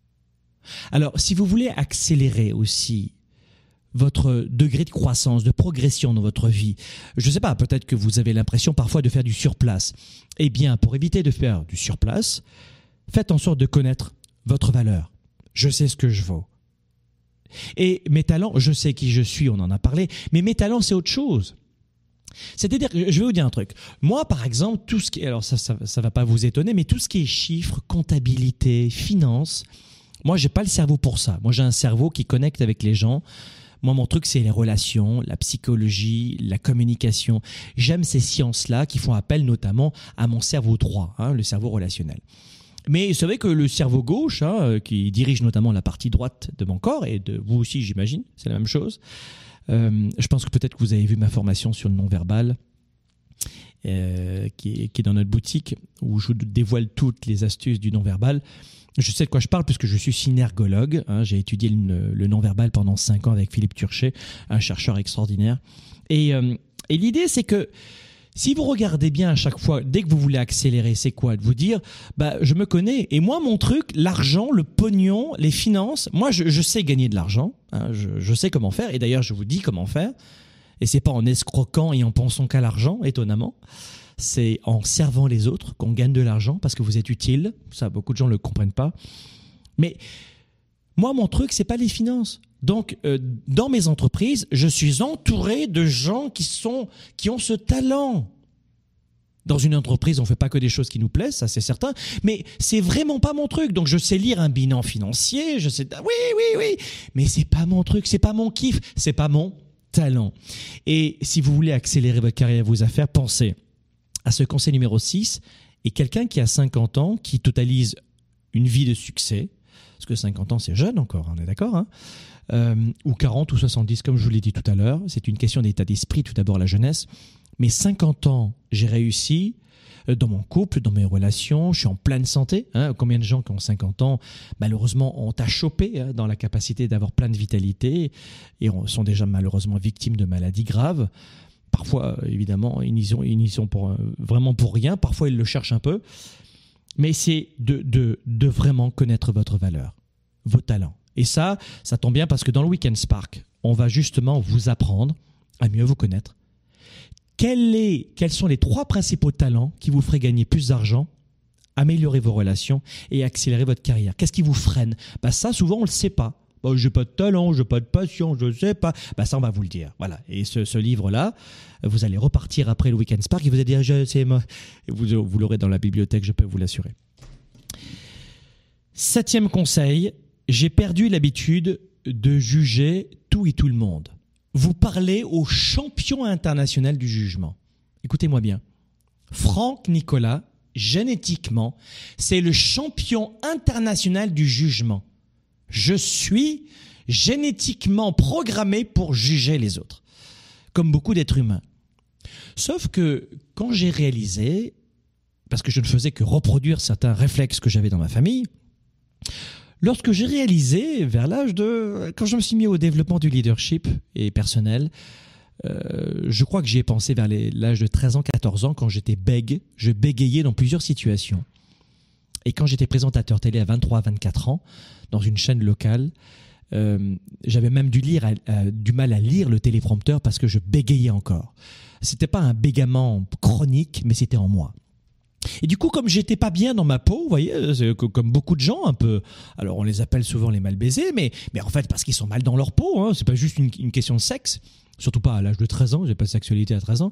Alors, si vous voulez accélérer aussi votre degré de croissance, de progression dans votre vie. Je ne sais pas, peut-être que vous avez l'impression parfois de faire du surplace. Eh bien, pour éviter de faire du surplace, faites en sorte de connaître votre valeur. Je sais ce que je vaux. Et mes talents, je sais qui je suis, on en a parlé, mais mes talents, c'est autre chose. C'est-à-dire, je vais vous dire un truc. Moi, par exemple, tout ce qui est, alors ça, ça, ça va pas vous étonner, mais tout ce qui est chiffres, comptabilité, finance, moi, j'ai pas le cerveau pour ça. Moi, j'ai un cerveau qui connecte avec les gens. Moi, mon truc, c'est les relations, la psychologie, la communication. J'aime ces sciences-là qui font appel notamment à mon cerveau droit, hein, le cerveau relationnel. Mais c'est vrai que le cerveau gauche, hein, qui dirige notamment la partie droite de mon corps, et de vous aussi, j'imagine, c'est la même chose. Euh, je pense que peut-être que vous avez vu ma formation sur le non-verbal, euh, qui, est, qui est dans notre boutique, où je vous dévoile toutes les astuces du non-verbal. Je sais de quoi je parle puisque je suis synergologue. Hein, j'ai étudié le, le non-verbal pendant cinq ans avec Philippe Turchet, un chercheur extraordinaire. Et, euh, et l'idée, c'est que si vous regardez bien à chaque fois, dès que vous voulez accélérer, c'est quoi? De vous dire, bah, je me connais. Et moi, mon truc, l'argent, le pognon, les finances, moi, je, je sais gagner de l'argent. Hein, je, je sais comment faire. Et d'ailleurs, je vous dis comment faire. Et c'est pas en escroquant et en pensant qu'à l'argent, étonnamment. C'est en servant les autres qu'on gagne de l'argent parce que vous êtes utile. Ça, beaucoup de gens ne le comprennent pas. Mais moi, mon truc, c'est pas les finances. Donc, euh, dans mes entreprises, je suis entouré de gens qui sont, qui ont ce talent. Dans une entreprise, on fait pas que des choses qui nous plaisent, ça c'est certain. Mais c'est vraiment pas mon truc. Donc, je sais lire un bilan financier, je sais, oui, oui, oui. Mais c'est pas mon truc, c'est pas mon kiff, c'est pas mon talent. Et si vous voulez accélérer votre carrière et vos affaires, pensez à ce conseil numéro six, et quelqu'un qui a cinquante ans, qui totalise une vie de succès, parce que cinquante ans c'est jeune encore, on est d'accord, hein, euh, ou quarante ou soixante-dix comme je vous l'ai dit tout à l'heure, c'est une question d'état d'esprit, tout d'abord la jeunesse. Mes cinquante ans, j'ai réussi dans mon couple, dans mes relations, je suis en pleine santé. Hein. Combien de gens qui ont cinquante ans, malheureusement, ont à choper hein, dans la capacité d'avoir plein de vitalité et sont déjà malheureusement victimes de maladies graves. Parfois, évidemment, ils n'y sont, ils n'y sont pour, vraiment pour rien. Parfois, ils le cherchent un peu. Mais c'est de, de, de vraiment connaître votre valeur, vos talents. Et ça, ça tombe bien parce que dans le Weekend Spark, on va justement vous apprendre à mieux vous connaître. Quel est, quels sont les trois principaux talents qui vous feraient gagner plus d'argent, améliorer vos relations et accélérer votre carrière? Qu'est-ce qui vous freine? Bah ça, souvent, on ne le sait pas. Bah, j'ai pas de talent, j'ai pas de passion, je ne sais pas. Bah ça, on va vous le dire. Voilà. Et ce, ce livre-là, vous allez repartir après le Weekend Spark et vous allez dire, je sais, moi. Vous, vous l'aurez dans la bibliothèque, je peux vous l'assurer. Septième conseil, j'ai perdu l'habitude de juger tout et tout le monde. Vous parlez au champion international du jugement. Écoutez-moi bien. Franck Nicolas, génétiquement, c'est le champion international du jugement. Je suis génétiquement programmé pour juger les autres, comme beaucoup d'êtres humains. Sauf que quand j'ai réalisé, parce que je ne faisais que reproduire certains réflexes que j'avais dans ma famille, lorsque j'ai réalisé, vers l'âge de... Quand je me suis mis au développement du leadership et personnel, euh, je crois que j'y ai pensé vers les, l'âge de treize ans, quatorze ans, quand j'étais bègue, je bégayais dans plusieurs situations. Et quand j'étais présentateur télé à vingt-trois à vingt-quatre ans, dans une chaîne locale, euh, j'avais même dû lire, à, à, du mal à lire le téléprompteur parce que je bégayais encore. C'était pas un bégaiement chronique, mais c'était en moi. Et du coup, comme j'étais pas bien dans ma peau, vous voyez, comme beaucoup de gens un peu, alors on les appelle souvent les mal baisés, mais, mais en fait parce qu'ils sont mal dans leur peau, hein, c'est pas juste une, une question de sexe, surtout pas à l'âge de treize ans, j'ai pas de sexualité à treize ans.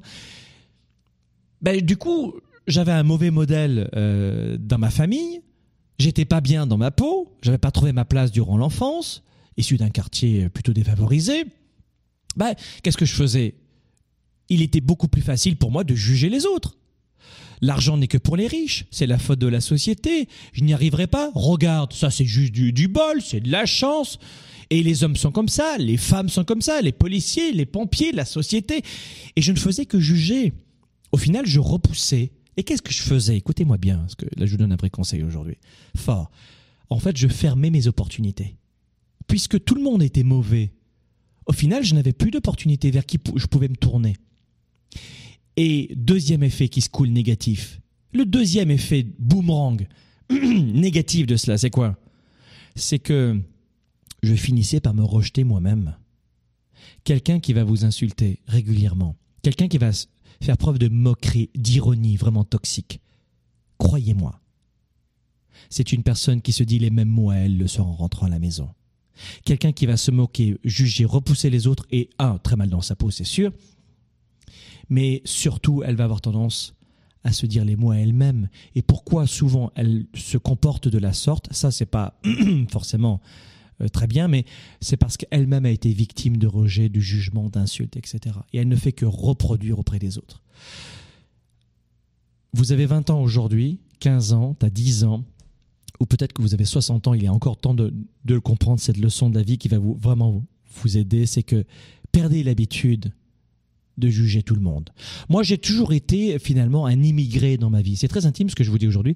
Ben, du coup, j'avais un mauvais modèle euh, dans ma famille, j'étais pas bien dans ma peau, j'avais pas trouvé ma place durant l'enfance, issu d'un quartier plutôt défavorisé. Ben, qu'est-ce que je faisais? Il était beaucoup plus facile pour moi de juger les autres. L'argent n'est que pour les riches, c'est la faute de la société, je n'y arriverai pas, regarde, ça c'est juste du, du bol, c'est de la chance, et les hommes sont comme ça, les femmes sont comme ça, les policiers, les pompiers, la société, et je ne faisais que juger. Au final, je repoussais. Et qu'est-ce que je faisais? Écoutez-moi bien, parce que là je vous donne un vrai conseil aujourd'hui. Fort. En fait, je fermais mes opportunités. Puisque tout le monde était mauvais, au final, je n'avais plus d'opportunités vers qui je pouvais me tourner. Et deuxième effet qui se coule négatif. Le deuxième effet boomerang négatif de cela, c'est quoi? C'est que je finissais par me rejeter moi-même. Quelqu'un qui va vous insulter régulièrement, quelqu'un qui va faire preuve de moquerie, d'ironie vraiment toxique, croyez-moi, c'est une personne qui se dit les mêmes mots à elle le soir en rentrant à la maison. Quelqu'un qui va se moquer, juger, repousser les autres et, un, très mal dans sa peau, c'est sûr, mais surtout, elle va avoir tendance à se dire les mots à elle-même. Et pourquoi souvent elle se comporte de la sorte? Ça, c'est pas forcément euh, très bien, mais c'est parce qu'elle-même a été victime de rejet, de jugement, d'insultes, et cetera. Et elle ne fait que reproduire auprès des autres. Vous avez vingt ans aujourd'hui, quinze ans, tu as dix ans, ou peut-être que vous avez soixante ans, il y a encore temps de, de le comprendre, cette leçon de la vie qui va vous, vraiment vous, vous aider, c'est que perdez l'habitude de juger tout le monde. Moi, j'ai toujours été finalement un immigré dans ma vie. C'est très intime ce que je vous dis aujourd'hui.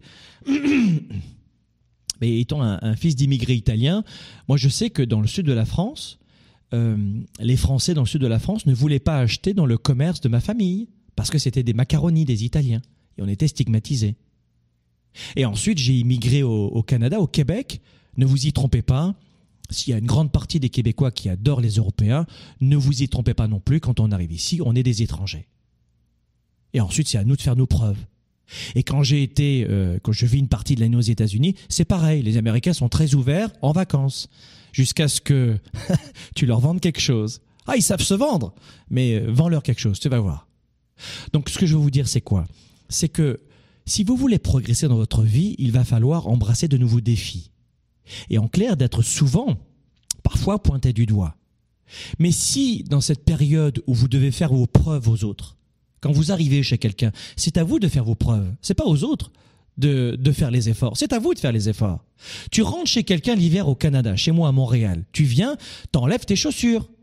Mais étant un, un fils d'immigré italien, moi je sais que dans le sud de la France, euh, les Français dans le sud de la France ne voulaient pas acheter dans le commerce de ma famille parce que c'était des macaronis des Italiens et on était stigmatisés. Et ensuite, j'ai immigré au, au Canada, au Québec. Ne vous y trompez pas. S'il y a une grande partie des Québécois qui adorent les Européens, ne vous y trompez pas non plus, quand on arrive ici, on est des étrangers. Et ensuite, c'est à nous de faire nos preuves. Et quand j'ai été, euh, quand je vis une partie de l'année aux États-Unis, c'est pareil, les Américains sont très ouverts en vacances, jusqu'à ce que tu leur vendes quelque chose. Ah, ils savent se vendre, mais euh, vends-leur quelque chose, tu vas voir. Donc, ce que je veux vous dire, c'est quoi? C'est que si vous voulez progresser dans votre vie, il va falloir embrasser de nouveaux défis. Et en clair, d'être souvent, parfois pointé du doigt. Mais si, dans cette période où vous devez faire vos preuves aux autres, quand vous arrivez chez quelqu'un, c'est à vous de faire vos preuves. C'est pas aux autres de, de faire les efforts. C'est à vous de faire les efforts. Tu rentres chez quelqu'un l'hiver au Canada, chez moi à Montréal. Tu viens, t'enlèves tes chaussures.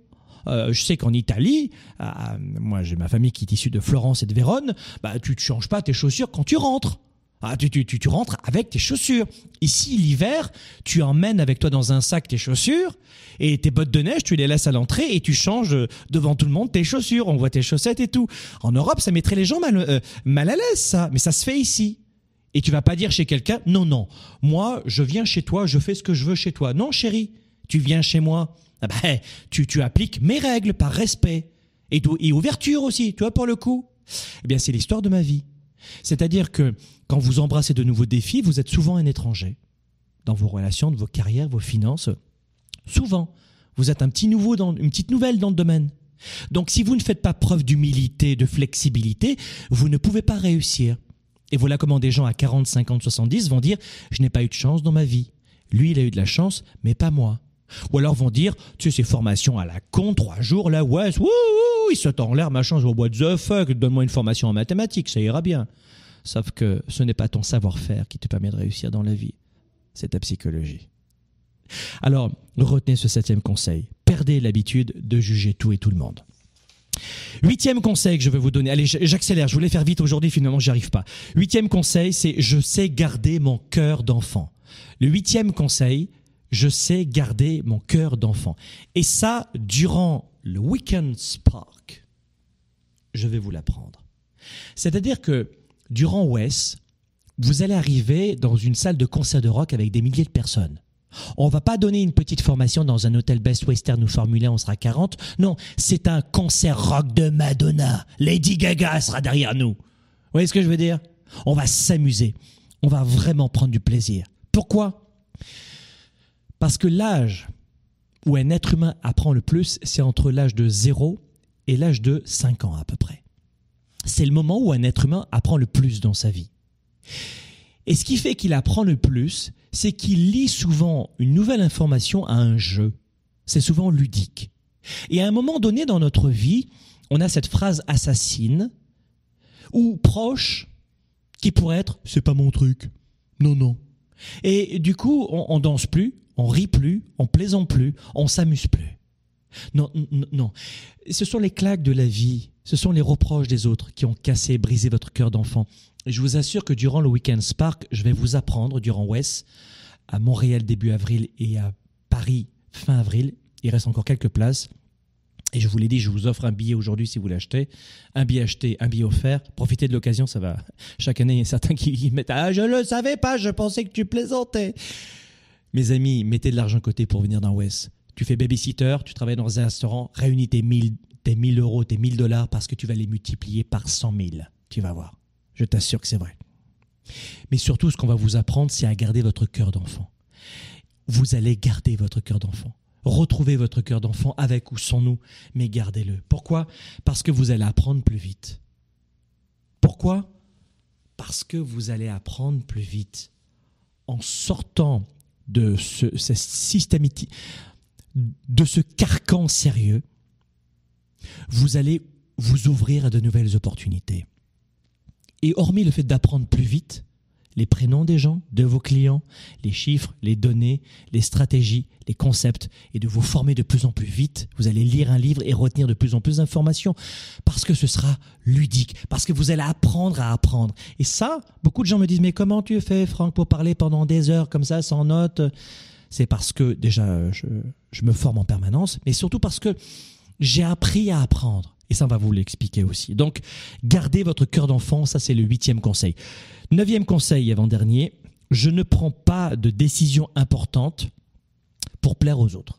Euh, je sais qu'en Italie, euh, moi j'ai ma famille qui est issue de Florence et de Vérone, bah, tu ne changes pas tes chaussures quand tu rentres. Ah, tu, tu, tu, tu rentres avec tes chaussures. Ici, l'hiver, tu emmènes avec toi dans un sac tes chaussures et tes bottes de neige, tu les laisses à l'entrée et tu changes devant tout le monde tes chaussures. On voit tes chaussettes et tout. En Europe, ça mettrait les gens mal, euh, mal à l'aise, ça. Mais ça se fait ici. Et tu vas pas dire chez quelqu'un, non, non, moi, je viens chez toi, je fais ce que je veux chez toi. Non, chérie, tu viens chez moi. Ah ben, tu, tu appliques mes règles par respect. Et, et ouverture aussi, tu vois, pour le coup. Eh bien, c'est l'histoire de ma vie. C'est-à-dire que quand vous embrassez de nouveaux défis, vous êtes souvent un étranger dans vos relations, de vos carrières, vos finances. Souvent, vous êtes un petit nouveau, dans, une petite nouvelle dans le domaine. Donc, si vous ne faites pas preuve d'humilité, de flexibilité, vous ne pouvez pas réussir. Et voilà comment des gens à quarante, cinquante, soixante-dix vont dire « je n'ai pas eu de chance dans ma vie. Lui, il a eu de la chance, mais pas moi. » Ou alors vont dire « tu sais, ces formations à la con, trois jours, là, ouais, wouh, il saute en l'air, machin, je vois what the fuck, donne-moi une formation en mathématiques, ça ira bien. » Sauf que ce n'est pas ton savoir-faire qui te permet de réussir dans la vie, c'est ta psychologie. Alors, retenez ce septième conseil. Perdez l'habitude de juger tout et tout le monde. Huitième conseil que je vais vous donner. Allez, j'accélère, je voulais faire vite aujourd'hui, finalement, j'y arrive pas. Huitième conseil, c'est « je sais garder mon cœur d'enfant ». Le huitième conseil, je sais garder mon cœur d'enfant. Et ça, durant le Weekend Spark, je vais vous l'apprendre. C'est-à-dire que durant W E S, vous allez arriver dans une salle de concert de rock avec des milliers de personnes. On ne va pas donner une petite formation dans un hôtel Best Western ou Formule un, on sera quarante. Non, c'est un concert rock de Madonna. Lady Gaga sera derrière nous. Vous voyez ce que je veux dire? On va s'amuser. On va vraiment prendre du plaisir. Pourquoi? Parce que l'âge où un être humain apprend le plus, c'est entre l'âge de zéro et l'âge de cinq ans à peu près. C'est le moment où un être humain apprend le plus dans sa vie. Et ce qui fait qu'il apprend le plus, c'est qu'il lie souvent une nouvelle information à un jeu. C'est souvent ludique. Et à un moment donné dans notre vie, on a cette phrase assassine ou proche qui pourrait être « c'est pas mon truc ». Non, non. Et du coup, on, on danse plus, on rit plus, on plaisante plus, on s'amuse plus. Non, non, non. Ce sont les claques de la vie, ce sont les reproches des autres qui ont cassé, brisé votre cœur d'enfant. Et je vous assure que durant le Weekend Spark, je vais vous apprendre durant W E S, à Montréal début avril et à Paris fin avril, il reste encore quelques places. Et je vous l'ai dit, je vous offre un billet aujourd'hui si vous l'achetez. Un billet acheté, un billet offert. Profitez de l'occasion, ça va. Chaque année, il y a certains qui mettent « Ah, je le savais pas, je pensais que tu plaisantais ». Mes amis, mettez de l'argent de côté pour venir dans W E S. Tu fais babysitter, tu travailles dans un restaurant, réunis tes mille, tes mille euros, tes mille dollars parce que tu vas les multiplier par cent mille. Tu vas voir. Je t'assure que c'est vrai. Mais surtout, ce qu'on va vous apprendre, c'est à garder votre cœur d'enfant. Vous allez garder votre cœur d'enfant. Retrouvez votre cœur d'enfant avec ou sans nous, mais gardez-le. Pourquoi? Parce que vous allez apprendre plus vite. Pourquoi? Parce que vous allez apprendre plus vite. En sortant de ce, ce systématique, de ce carcan sérieux, vous allez vous ouvrir à de nouvelles opportunités. Et hormis le fait d'apprendre plus vite, les prénoms des gens, de vos clients, les chiffres, les données, les stratégies, les concepts, et de vous former de plus en plus vite, vous allez lire un livre et retenir de plus en plus d'informations, parce que ce sera ludique, parce que vous allez apprendre à apprendre. Et ça, beaucoup de gens me disent « Mais comment tu fais, Franck, pour parler pendant des heures comme ça, sans notes ?» C'est parce que, déjà, je, je me forme en permanence, mais surtout parce que j'ai appris à apprendre. Et ça, on va vous l'expliquer aussi. Donc, gardez votre cœur d'enfant, ça c'est le huitième conseil. Neuvième conseil, avant-dernier, je ne prends pas de décision importante pour plaire aux autres.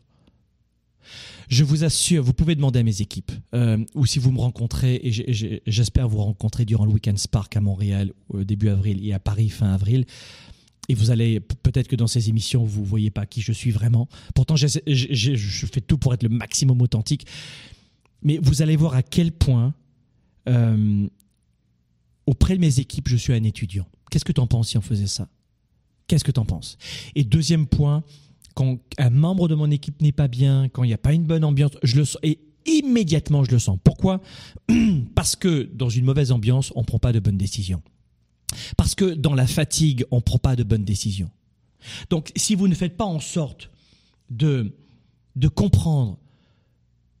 Je vous assure, vous pouvez demander à mes équipes, euh, ou si vous me rencontrez, et j'ai, j'ai, j'espère vous rencontrer durant le Weekend Spark à Montréal, au début avril, et à Paris, fin avril, et vous allez, peut-être que dans ces émissions, vous ne voyez pas qui je suis vraiment. Pourtant, j'ai, j'ai, je fais tout pour être le maximum authentique. Mais vous allez voir à quel point, euh, auprès de mes équipes, je suis un étudiant. Qu'est-ce que tu en penses si on faisait ça? Qu'est-ce que tu en penses? Et deuxième point, quand un membre de mon équipe n'est pas bien, quand il n'y a pas une bonne ambiance, je le sens. Et immédiatement, je le sens. Pourquoi? Parce que dans une mauvaise ambiance, on ne prend pas de bonnes décisions. Parce que dans la fatigue, on ne prend pas de bonnes décisions. Donc, si vous ne faites pas en sorte de, de comprendre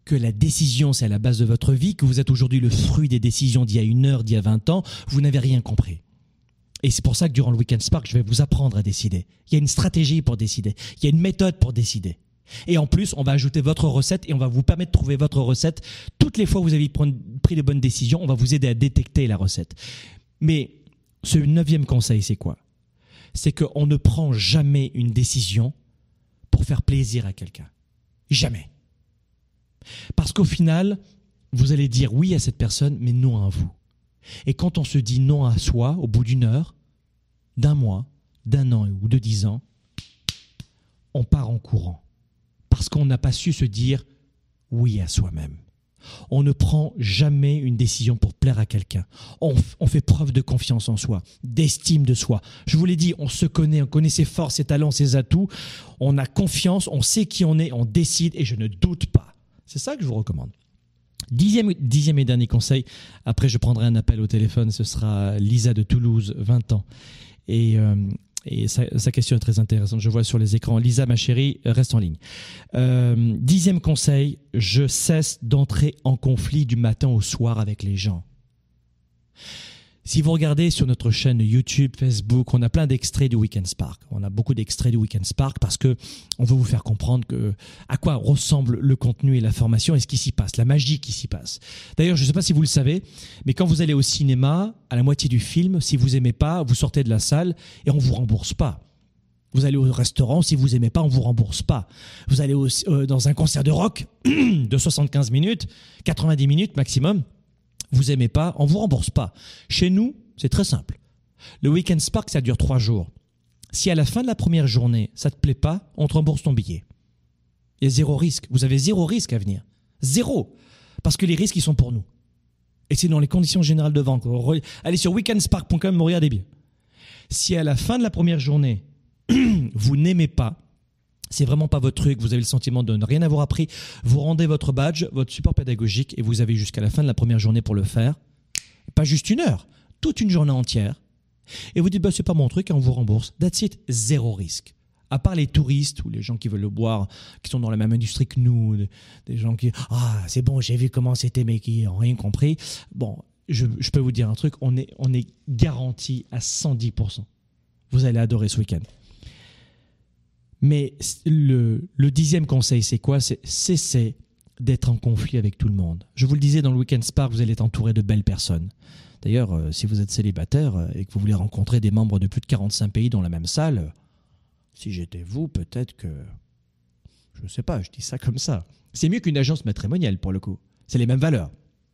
que la décision, c'est à la base de votre vie, que vous êtes aujourd'hui le fruit des décisions d'il y a une heure, d'il y a vingt ans, vous n'avez rien compris. Et c'est pour ça que durant le Weekend Spark, je vais vous apprendre à décider. Il y a une stratégie pour décider. Il y a une méthode pour décider. Et en plus, on va ajouter votre recette et on va vous permettre de trouver votre recette. Toutes les fois où vous avez pris de bonnes décisions, on va vous aider à détecter la recette. Mais ce neuvième conseil, c'est quoi? C'est qu'on ne prend jamais une décision pour faire plaisir à quelqu'un. Jamais. Parce qu'au final, vous allez dire oui à cette personne, mais non à vous. Et quand on se dit non à soi, au bout d'une heure, d'un mois, d'un an ou de dix ans, on part en courant. Parce qu'on n'a pas su se dire oui à soi-même. On ne prend jamais une décision pour plaire à quelqu'un. On, on fait preuve de confiance en soi, d'estime de soi. Je vous l'ai dit, on se connaît, on connaît ses forces, ses talents, ses atouts. On a confiance, on sait qui on est, on décide et je ne doute pas. C'est ça que je vous recommande. Dixième, dixième et dernier conseil, après je prendrai un appel au téléphone, ce sera Lisa de Toulouse, vingt ans. Et, euh, et sa, sa question est très intéressante, je vois sur les écrans. Lisa, ma chérie, reste en ligne. Euh, dixième conseil, je cesse d'entrer en conflit du matin au soir avec les gens. Si vous regardez sur notre chaîne YouTube, Facebook, on a plein d'extraits du Weekend Spark. On a beaucoup d'extraits du Weekend Spark parce que on veut vous faire comprendre que, à quoi ressemble le contenu et la formation et ce qui s'y passe, la magie qui s'y passe. D'ailleurs, je ne sais pas si vous le savez, mais quand vous allez au cinéma, à la moitié du film, si vous aimez pas, vous sortez de la salle et on vous rembourse pas. Vous allez au restaurant, si vous aimez pas, on vous rembourse pas. Vous allez au, euh, dans un concert de rock de soixante-quinze minutes, quatre-vingt-dix minutes maximum. Vous aimez pas, on vous rembourse pas. Chez nous, c'est très simple. Le Weekend Spark, ça dure trois jours. Si à la fin de la première journée, ça te plaît pas, on te rembourse ton billet. Il y a zéro risque. Vous avez zéro risque à venir. Zéro. Parce que les risques, ils sont pour nous. Et c'est dans les conditions générales de vente. Allez sur weekend spark point com, regardez bien. Si à la fin de la première journée, vous n'aimez pas, c'est vraiment pas votre truc, vous avez le sentiment de ne rien avoir appris, vous rendez votre badge, votre support pédagogique et vous avez jusqu'à la fin de la première journée pour le faire. Pas juste une heure, toute une journée entière. Et vous dites, bah, c'est pas mon truc et on vous rembourse. That's it, zéro risque. À part les touristes ou les gens qui veulent le boire, qui sont dans la même industrie que nous, des gens qui, ah, c'est bon, j'ai vu comment c'était, mais qui n'ont rien compris. Bon, je, je peux vous dire un truc, on est, on est garanti à cent dix pour cent. Vous allez adorer ce week-end. Mais le, le dixième conseil, c'est quoi? C'est cesser d'être en conflit avec tout le monde. Je vous le disais, dans le Weekend Spark, vous allez être entouré de belles personnes. D'ailleurs, euh, si vous êtes célibataire euh, et que vous voulez rencontrer des membres de plus de quarante-cinq pays dans la même salle, euh, si j'étais vous, peut-être que... Je ne sais pas, je dis ça comme ça. C'est mieux qu'une agence matrimoniale, pour le coup. C'est les mêmes valeurs.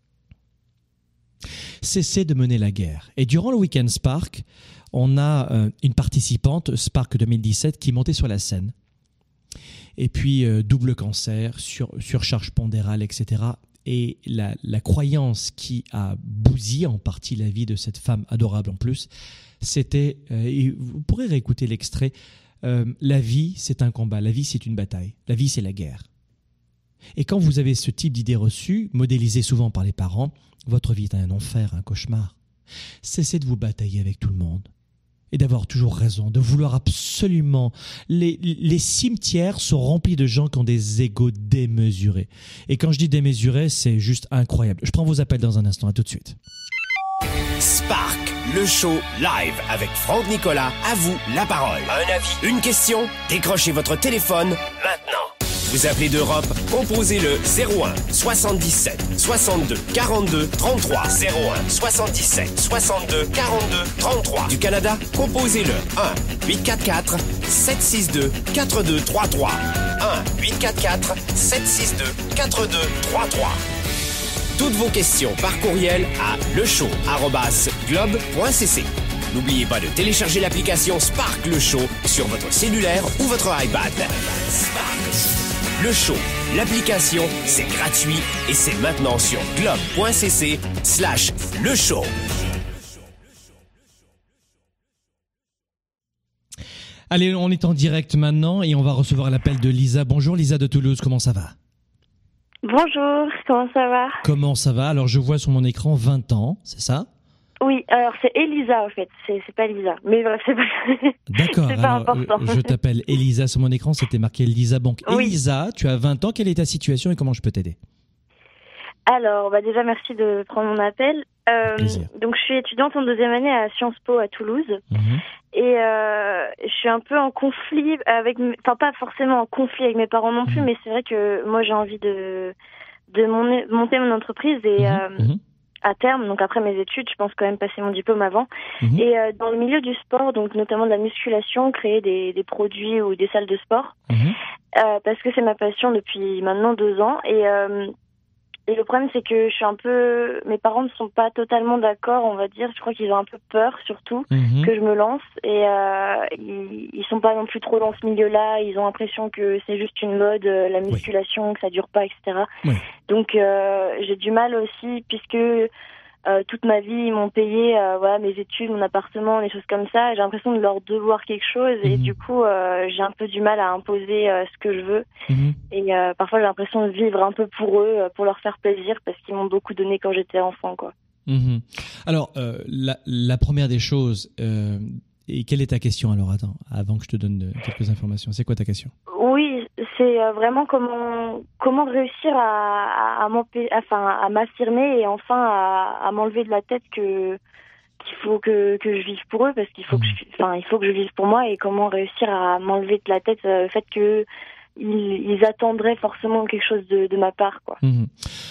Cessez de mener la guerre. Et durant le Weekend Spark, on a euh, une participante, Spark deux mille dix-sept, qui est montée sur la scène. Et puis, euh, double cancer, sur, surcharge pondérale, et cetera. Et la, la croyance qui a bousillé en partie la vie de cette femme adorable en plus, c'était, euh, et vous pourrez réécouter l'extrait, euh, la vie c'est un combat, la vie c'est une bataille, la vie c'est la guerre. Et quand vous avez ce type d'idée reçue, modélisée souvent par les parents, votre vie est un enfer, un cauchemar. Cessez de vous batailler avec tout le monde et d'avoir toujours raison, de vouloir absolument... Les, les cimetières sont remplis de gens qui ont des égos démesurés. Et quand je dis démesurés, c'est juste incroyable. Je prends vos appels dans un instant, à tout de suite. Spark, le show live avec Franck Nicolas. À vous la parole. Un avis, une question? Décrochez votre téléphone maintenant. Vous appelez d'Europe, composez le zéro un soixante-dix-sept soixante-deux quarante-deux trente-trois. zéro un soixante-dix-sept soixante-deux quarante-deux trente-trois. Du Canada, composez le un huit cent quarante-quatre sept six deux quatre deux trois trois. un huit cent quarante-quatre sept six deux quatre deux trois trois. Toutes vos questions par courriel à leshow arobase globe point c c. N'oubliez pas de télécharger l'application Spark le Show sur votre cellulaire ou votre iPad. Spark. Le Show, l'application, c'est gratuit et c'est maintenant sur globe.cc slash le show. Allez, on est en direct maintenant et on va recevoir l'appel de Lisa. Bonjour Lisa de Toulouse, comment ça va? Bonjour, comment ça va? Comment ça va? Alors je vois sur mon écran vingt ans, c'est ça? Oui, alors c'est Elisa en fait, c'est, c'est pas Lisa, mais bref, c'est pas, D'accord, c'est pas alors, important. Je t'appelle Elisa, sur mon écran c'était marqué Lisa. Donc oui. Elisa, tu as vingt ans, quelle est ta situation et comment je peux t'aider? Alors, bah déjà, merci de prendre mon appel. Euh, Plaisir. donc, je suis étudiante en deuxième année à Sciences Po à Toulouse. Mhm. Et euh, je suis un peu en conflit avec... mes- Enfin, pas forcément en conflit avec mes parents non plus, Mhm. mais c'est vrai que moi, j'ai envie de, de mon- monter mon entreprise. Et euh, Mhm. à terme, donc après mes études, je pense quand même passer mon diplôme avant. Mhm. Et euh, dans le milieu du sport, donc notamment de la musculation, créer des, des produits ou des salles de sport. Mhm. Euh, parce que c'est ma passion depuis maintenant deux ans. Et... Euh, Et le problème, c'est que je suis un peu... Mes parents ne sont pas totalement d'accord, on va dire. Je crois qu'ils ont un peu peur, surtout, Mhm. que je me lance. Et euh, ils, ils sont pas non plus trop dans ce milieu-là. Ils ont l'impression que c'est juste une mode, euh, la musculation, que ça dure pas, et cetera. Oui. Donc, euh, j'ai du mal aussi, puisque euh, toute ma vie, ils m'ont payé euh, voilà, mes études, mon appartement, des choses comme ça. Et j'ai l'impression de leur devoir quelque chose. Et Mhm. du coup, euh, j'ai un peu du mal à imposer euh, ce que je veux. Mhm. Et euh, parfois, j'ai l'impression de vivre un peu pour eux, euh, pour leur faire plaisir, parce qu'ils m'ont beaucoup donné quand j'étais enfant, quoi. Mhm. Alors, euh, la, la première des choses, euh, et quelle est ta question alors? Attends, avant que je te donne de- quelques informations, c'est quoi ta question? Oui, c'est euh, vraiment comment comment réussir à à, à, m'empê- enfin, à m'affirmer et enfin à, à m'enlever de la tête que qu'il faut que que je vive pour eux, parce qu'il faut que je, enfin il faut que je vive pour moi, et comment réussir à m'enlever de la tête euh, le fait que ils, ils attendraient forcément quelque chose de, de ma part, quoi. Mhm.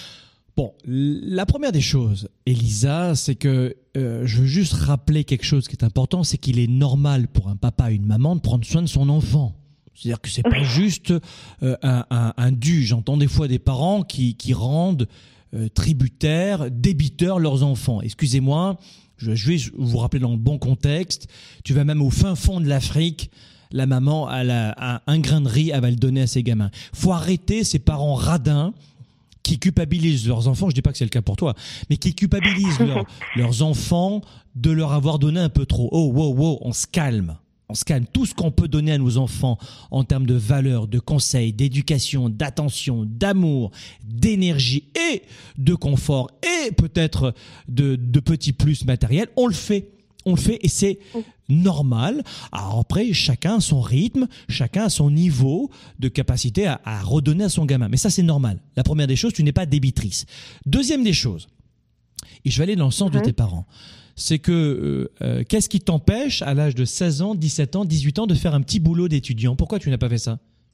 Bon, la première des choses, Elisa, c'est que euh, je veux juste rappeler quelque chose qui est important, c'est qu'il est normal pour un papa et une maman de prendre soin de son enfant. C'est-à-dire que c'est pas juste euh, un, un, un dû. J'entends des fois des parents qui, qui rendent euh, tributaires, débiteurs leurs enfants. Excusez-moi, je, je vais vous rappeler dans le bon contexte. Tu vas même au fin fond de l'Afrique, la maman a, la, a un grain de riz, elle va le donner à ses gamins. Faut arrêter ces parents radins qui culpabilisent leurs enfants, je dis pas que c'est le cas pour toi, mais qui culpabilisent leur, leurs enfants de leur avoir donné un peu trop. Oh, wow, wow, on se calme. On se calme. Tout ce qu'on peut donner à nos enfants en termes de valeurs, de conseils, d'éducation, d'attention, d'amour, d'énergie et de confort et peut-être de, de petits plus matériels, on le fait. On le fait et c'est normal. Alors après, chacun a son rythme, chacun a son niveau de capacité à, à redonner à son gamin. Mais ça, c'est normal. La première des choses, tu n'es pas débitrice. Deuxième des choses, et je vais aller dans le sens mmh. de tes parents, c'est que euh, euh, qu'est-ce qui t'empêche à l'âge de seize ans, dix-sept ans, dix-huit ans de faire un petit boulot d'étudiant? Pourquoi tu n'as pas fait ça?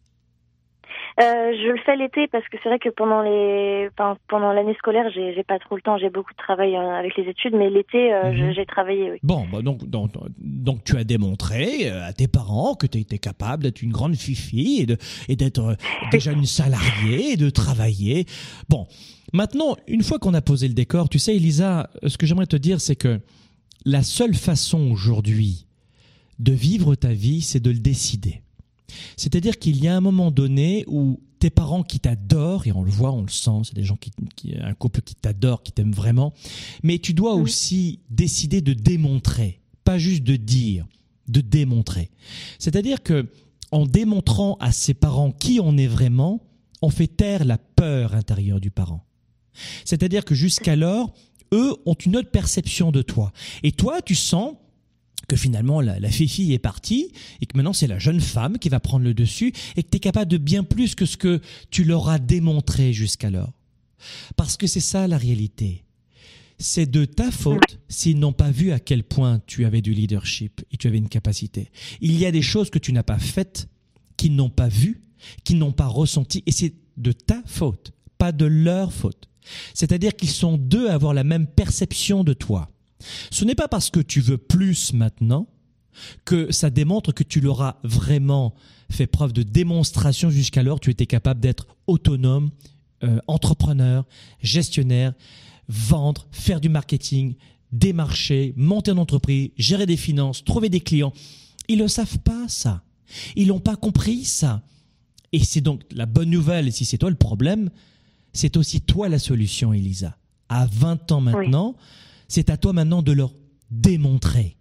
Euh, je le fais l'été parce que c'est vrai que pendant les, enfin, pendant l'année scolaire, j'ai, j'ai pas trop le temps, j'ai beaucoup de travail euh, avec les études, mais l'été, euh, mmh. je, j'ai travaillé. Oui. Bon, bah donc, donc, donc tu as démontré à tes parents que tu étais capable d'être une grande fifi et, de, et d'être déjà une salariée et de travailler. Bon, maintenant, une fois qu'on a posé le décor, tu sais, Elisa, ce que j'aimerais te dire, c'est que la seule façon aujourd'hui de vivre ta vie, c'est de le décider. C'est-à-dire qu'il y a un moment donné où tes parents qui t'adorent, et on le voit, on le sent, c'est des gens qui, qui un couple qui t'adore, qui t'aime vraiment, mais tu dois mmh. aussi décider de démontrer, pas juste de dire, de démontrer. C'est-à-dire que en démontrant à ses parents qui on est vraiment, on fait taire la peur intérieure du parent. C'est-à-dire que jusqu'alors, eux ont une autre perception de toi. Et toi, tu sens que finalement la, la fifi est partie et que maintenant c'est la jeune femme qui va prendre le dessus et que tu es capable de bien plus que ce que tu leur as démontré jusqu'alors. Parce que c'est ça la réalité. C'est de ta faute s'ils n'ont pas vu à quel point tu avais du leadership et tu avais une capacité. Il y a des choses que tu n'as pas faites, qu'ils n'ont pas vues, qu'ils n'ont pas ressenties, et c'est de ta faute, pas de leur faute. C'est-à-dire qu'ils sont deux à avoir la même perception de toi. Ce n'est pas parce que tu veux plus maintenant que ça démontre que tu leur as vraiment fait preuve de démonstration jusqu'alors. Tu étais capable d'être autonome, euh, entrepreneur, gestionnaire, vendre, faire du marketing, démarcher, monter une entreprise, gérer des finances, trouver des clients. Ils ne savent pas ça. Ils n'ont pas compris ça. Et c'est donc la bonne nouvelle, et si c'est toi le problème, c'est aussi toi la solution, Elisa. À vingt ans maintenant, oui. C'est à toi maintenant de leur démontrer.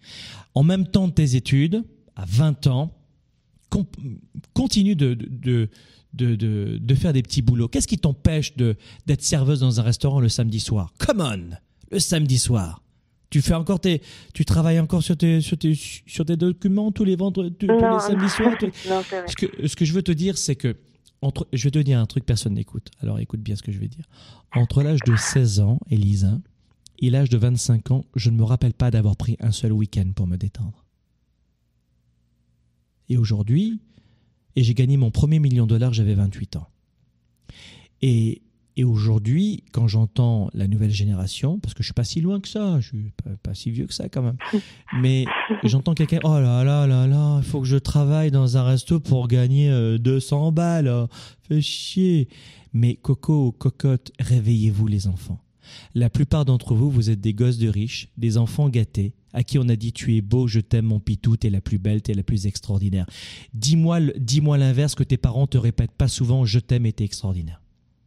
En même temps de tes études, à vingt ans, comp- continue de, de, de, de, de faire des petits boulots. Qu'est-ce qui t'empêche de, d'être serveuse dans un restaurant le samedi soir? Come on, le samedi soir. Tu fais encore tes, tu travailles encore sur tes, sur tes, sur tes documents tous les vendredis, tous les samedis soirs. Tous... Non, c'est vrai. Ce que, ce que je veux te dire, c'est que entre, je vais te dire un truc, personne n'écoute. Alors écoute bien ce que je vais dire. Entre l'âge de seize ans, Elisa, et l'âge de vingt-cinq ans, je ne me rappelle pas d'avoir pris un seul week-end pour me détendre. Et aujourd'hui, et j'ai gagné mon premier million de dollars, j'avais vingt-huit ans. Et, et aujourd'hui, quand j'entends la nouvelle génération, parce que je suis pas si loin que ça, je suis pas, pas si vieux que ça quand même, mais j'entends quelqu'un, oh là là là là, il faut que je travaille dans un resto pour gagner euh, deux cents balles, oh, fais chier. Mais Coco, cocotte, réveillez-vous les enfants. La plupart d'entre vous, vous êtes des gosses de riches, des enfants gâtés, à qui on a dit « tu es beau, je t'aime mon pitou, t'es la plus belle, t'es la plus extraordinaire ». Dis-moi, dis-moi l'inverse, que tes parents te répètent pas souvent « je t'aime et t'es extraordinaire ».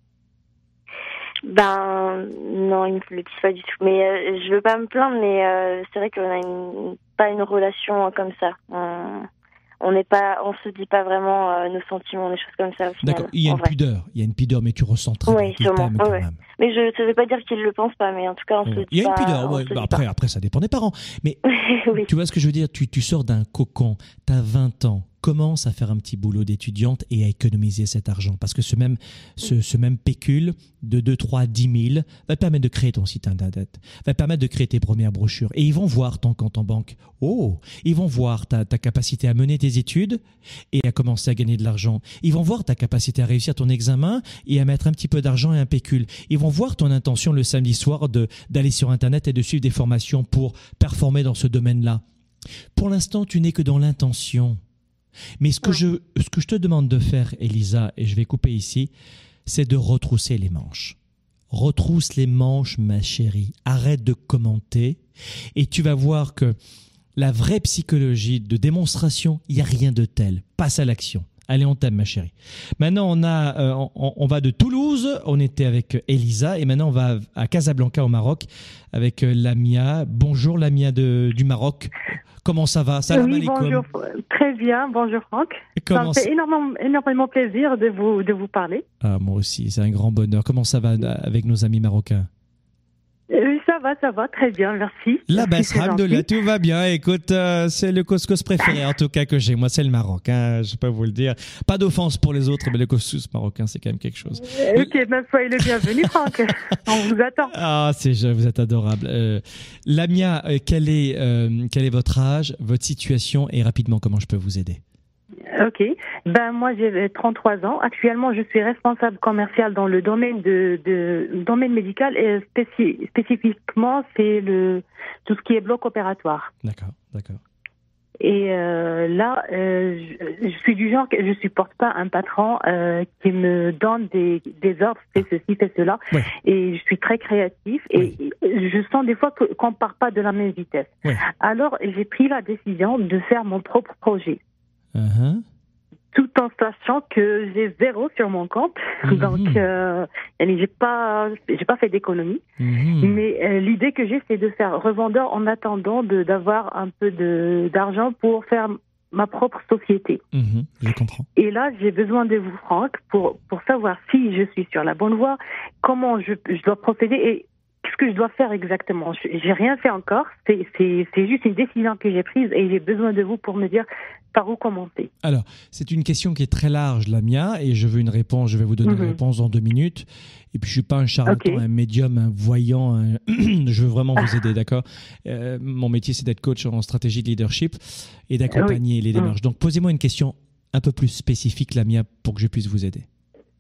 Ben non, ils me le disent pas du tout. Mais euh, je veux pas me plaindre, mais euh, c'est vrai qu'on a une, pas une relation comme ça. On, on n'est pas, on se dit pas vraiment euh, nos sentiments, des choses comme ça. Au final, d'accord, il y a une vrai. pudeur, il y a une pudeur, mais tu ressens très oui, bien qu'ils sûrement. t'aiment Oui, quand oui. même. Mais je, ça veut pas dire qu'ils le pensent pas, mais en tout cas, on Ouais. se dit Il y a une pas, pudeur, on ouais. se Bah, dit après, pas. après, ça dépend des parents. Mais oui. tu vois ce que je veux dire, tu, tu sors d'un cocon, tu as vingt ans, commence à faire un petit boulot d'étudiante et à économiser cet argent. Parce que ce même, ce, ce même pécule de deux, trois, dix mille va te permettre de créer ton site internet, va te permettre de créer tes premières brochures. Et ils vont voir ton compte en banque. Oh, ils vont voir ta, ta capacité à mener tes études et à commencer à gagner de l'argent. Ils vont voir ta capacité à réussir ton examen et à mettre un petit peu d'argent et un pécule. Ils vont voir ton intention le samedi soir de, d'aller sur Internet et de suivre des formations pour performer dans ce domaine-là. Pour l'instant, tu n'es que dans l'intention. Mais ce que, je, ce que je te demande de faire, Elisa, et je vais couper ici, c'est de retrousser les manches. Retrousse les manches, ma chérie. Arrête de commenter et tu vas voir que la vraie psychologie de démonstration, il n'y a rien de tel. Passe à l'action. Allez, on t'aime, ma chérie. Maintenant, on, a, euh, on, on va de Toulouse, on était avec Elisa, et maintenant on va à Casablanca au Maroc avec Lamia. Bonjour Lamia de, du Maroc. Comment ça va? Salam oui, alaikum. bonjour. Très bien, bonjour Franck. Comment ça me fait énormément, énormément plaisir de vous, de vous parler. Ah, moi aussi, c'est un grand bonheur. Comment ça va avec nos amis marocains? Oui, ça va, ça va, très bien, merci. La merci, baisse, alhamdoulilah, tout va bien. Écoute, euh, c'est le couscous préféré en tout cas que j'ai. Moi, c'est le Maroc, hein, je peux vous le dire. Pas d'offense pour les autres, mais le couscous marocain, c'est quand même quelque chose. Ok, ben soyez le bienvenu, Franck. On vous attend. Ah, c'est vous êtes adorable. Euh, Lamia, euh, quel est euh, quel est votre âge, votre situation et rapidement comment je peux vous aider? Ok, ben moi j'ai trente-trois ans. Actuellement, je suis responsable commercial dans le domaine de, de domaine médical et spéci, spécifiquement c'est le tout ce qui est bloc opératoire. D'accord, d'accord. Et euh, là, euh, je, je suis du genre que je supporte pas un patron euh, qui me donne des, des ordres, fais ceci, fais cela. Ouais. Et je suis très créatif et Oui. je sens des fois que, qu'on part pas de la même vitesse. Ouais. Alors, j'ai pris la décision de faire mon propre projet. Uh-huh. Tout en sachant que j'ai zéro sur mon compte, Mhm. donc euh, j'ai pas j'ai pas fait d'économie. Mhm. Mais euh, l'idée que j'ai, c'est de faire revendeur en attendant de d'avoir un peu de d'argent pour faire ma propre société. Mhm. Je comprends. Et là, j'ai besoin de vous, Franck, pour pour savoir si je suis sur la bonne voie, comment je je dois procéder et qu'est-ce que je dois faire exactement. Je, j'ai rien fait encore. C'est c'est c'est juste une décision que j'ai prise et j'ai besoin de vous pour me dire par où commencer. Alors, c'est une question qui est très large, Lamia, et je veux une réponse, je vais vous donner Mhm. une réponse dans deux minutes. Et puis, je suis pas un charlatan, Ok. un médium, un voyant. un- je veux vraiment vous aider, d'accord? Euh, mon métier, c'est d'être coach en stratégie de leadership et d'accompagner les démarches. Donc, posez-moi une question un peu plus spécifique, Lamia, pour que je puisse vous aider.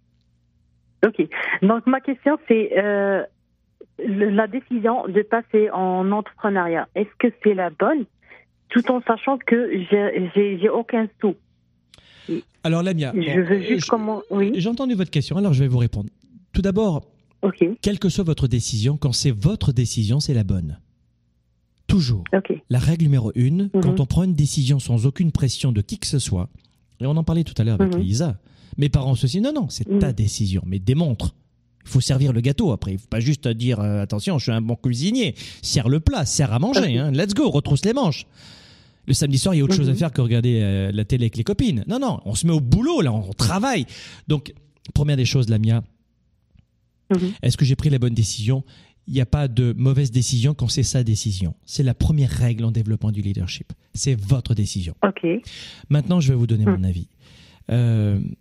Ok. Donc ma question c'est euh, le- la décision de passer en entrepreneuriat. Est-ce que c'est la bonne, tout en sachant que j'ai j'ai, j'ai aucun sou. Alors, Lamia, Je bon, veux juste je- comment. Oui. j'ai entendu votre question, alors je vais vous répondre. Tout d'abord, Ok. quelle que soit votre décision, quand c'est votre décision, c'est la bonne. Toujours. Ok. La règle numéro une, Mhm. quand on prend une décision sans aucune pression de qui que ce soit, et on en parlait tout à l'heure avec Mhm. Elisa, mes parents ceci, non, non, c'est Mhm. ta décision, mais démontre. Il faut servir le gâteau après, il ne faut pas juste dire euh, attention, je suis un bon cuisinier, sers le plat, sers à manger, Ok. hein, let's go, retrousse les manches. Le samedi soir, il y a autre chose à Mhm. faire que regarder euh, la télé avec les copines. Non, non, on se met au boulot, là, on travaille. Donc, première des choses, Lamia, Mhm. est-ce que j'ai pris la bonne décision? Il n'y a pas de mauvaise décision quand c'est sa décision. C'est la première règle en développement du leadership. C'est votre décision. Ok. Maintenant, je vais vous donner Mm. mon avis. Euh, Mm.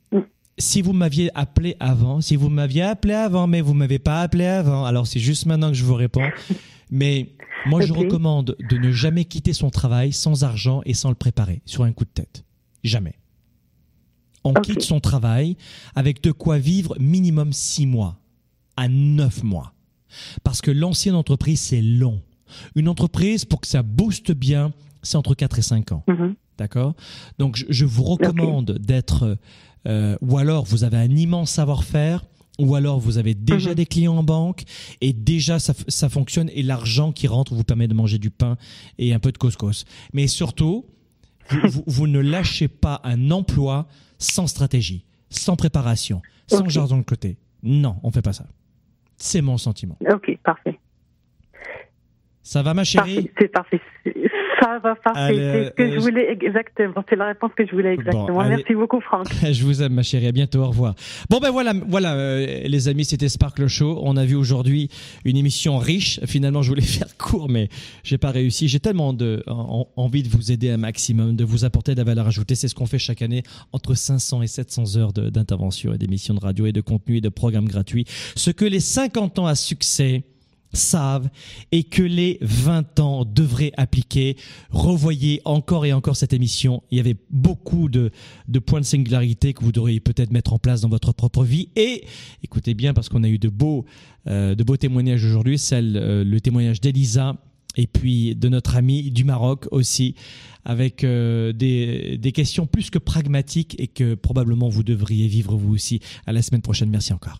si vous m'aviez appelé avant, si vous m'aviez appelé avant, mais vous m'avez pas appelé avant, alors c'est juste maintenant que je vous réponds. Mais moi, okay. je recommande de ne jamais quitter son travail sans argent et sans le préparer sur un coup de tête. Jamais. On okay. quitte son travail avec de quoi vivre minimum six mois à neuf mois. Parce que l'ancienne entreprise, c'est long. Une entreprise, pour que ça booste bien, c'est entre quatre et cinq ans. Mm-hmm. D'accord ? Donc, je, je vous recommande okay. d'être... Euh, ou alors, vous avez un immense savoir-faire, ou alors vous avez déjà mm-hmm. des clients en banque, et déjà, ça, ça fonctionne, et l'argent qui rentre vous permet de manger du pain et un peu de couscous. Mais surtout, vous, vous, vous ne lâchez pas un emploi sans stratégie, sans préparation, sans okay. genre de côté. Non, on ne fait pas ça. C'est mon sentiment. Ok, parfait. Ça va, ma chérie ? Parfait, c'est parfait. Ça va, parfait. Allez, c'est ce que euh, je voulais exactement. C'est la réponse que je voulais exactement. Bon, merci beaucoup, Franck. Je vous aime, ma chérie. À bientôt. Au revoir. Bon, ben voilà, voilà, euh, les amis, c'était Sparkle Show. On a vu aujourd'hui une émission riche. Finalement, je voulais faire court, mais j'ai pas réussi. J'ai tellement de, en, envie de vous aider un maximum, de vous apporter de la valeur ajoutée. C'est ce qu'on fait chaque année, entre cinq cents et sept cents heures de, d'intervention et d'émissions de radio et de contenu et de programmes gratuits. Ce que les cinquante ans à succès savent et que les vingt ans devraient appliquer. Revoyez encore et encore cette émission. Il y avait beaucoup de, de points de singularité que vous devriez peut-être mettre en place dans votre propre vie. Et écoutez bien, parce qu'on a eu de beaux, euh, de beaux témoignages aujourd'hui. Celle, euh, le témoignage d'Elisa et puis de notre ami du Maroc aussi, avec euh, des, des questions plus que pragmatiques et que probablement vous devriez vivre vous aussi. À la semaine prochaine. Merci encore.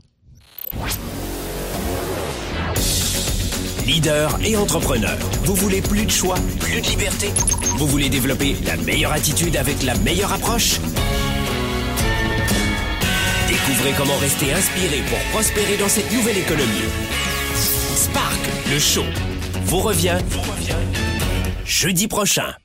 Leader et entrepreneur, vous voulez plus de choix, plus de liberté? Vous voulez développer la meilleure attitude avec la meilleure approche? Découvrez comment rester inspiré pour prospérer dans cette nouvelle économie. Spark, le show, vous revient, vous revient jeudi prochain.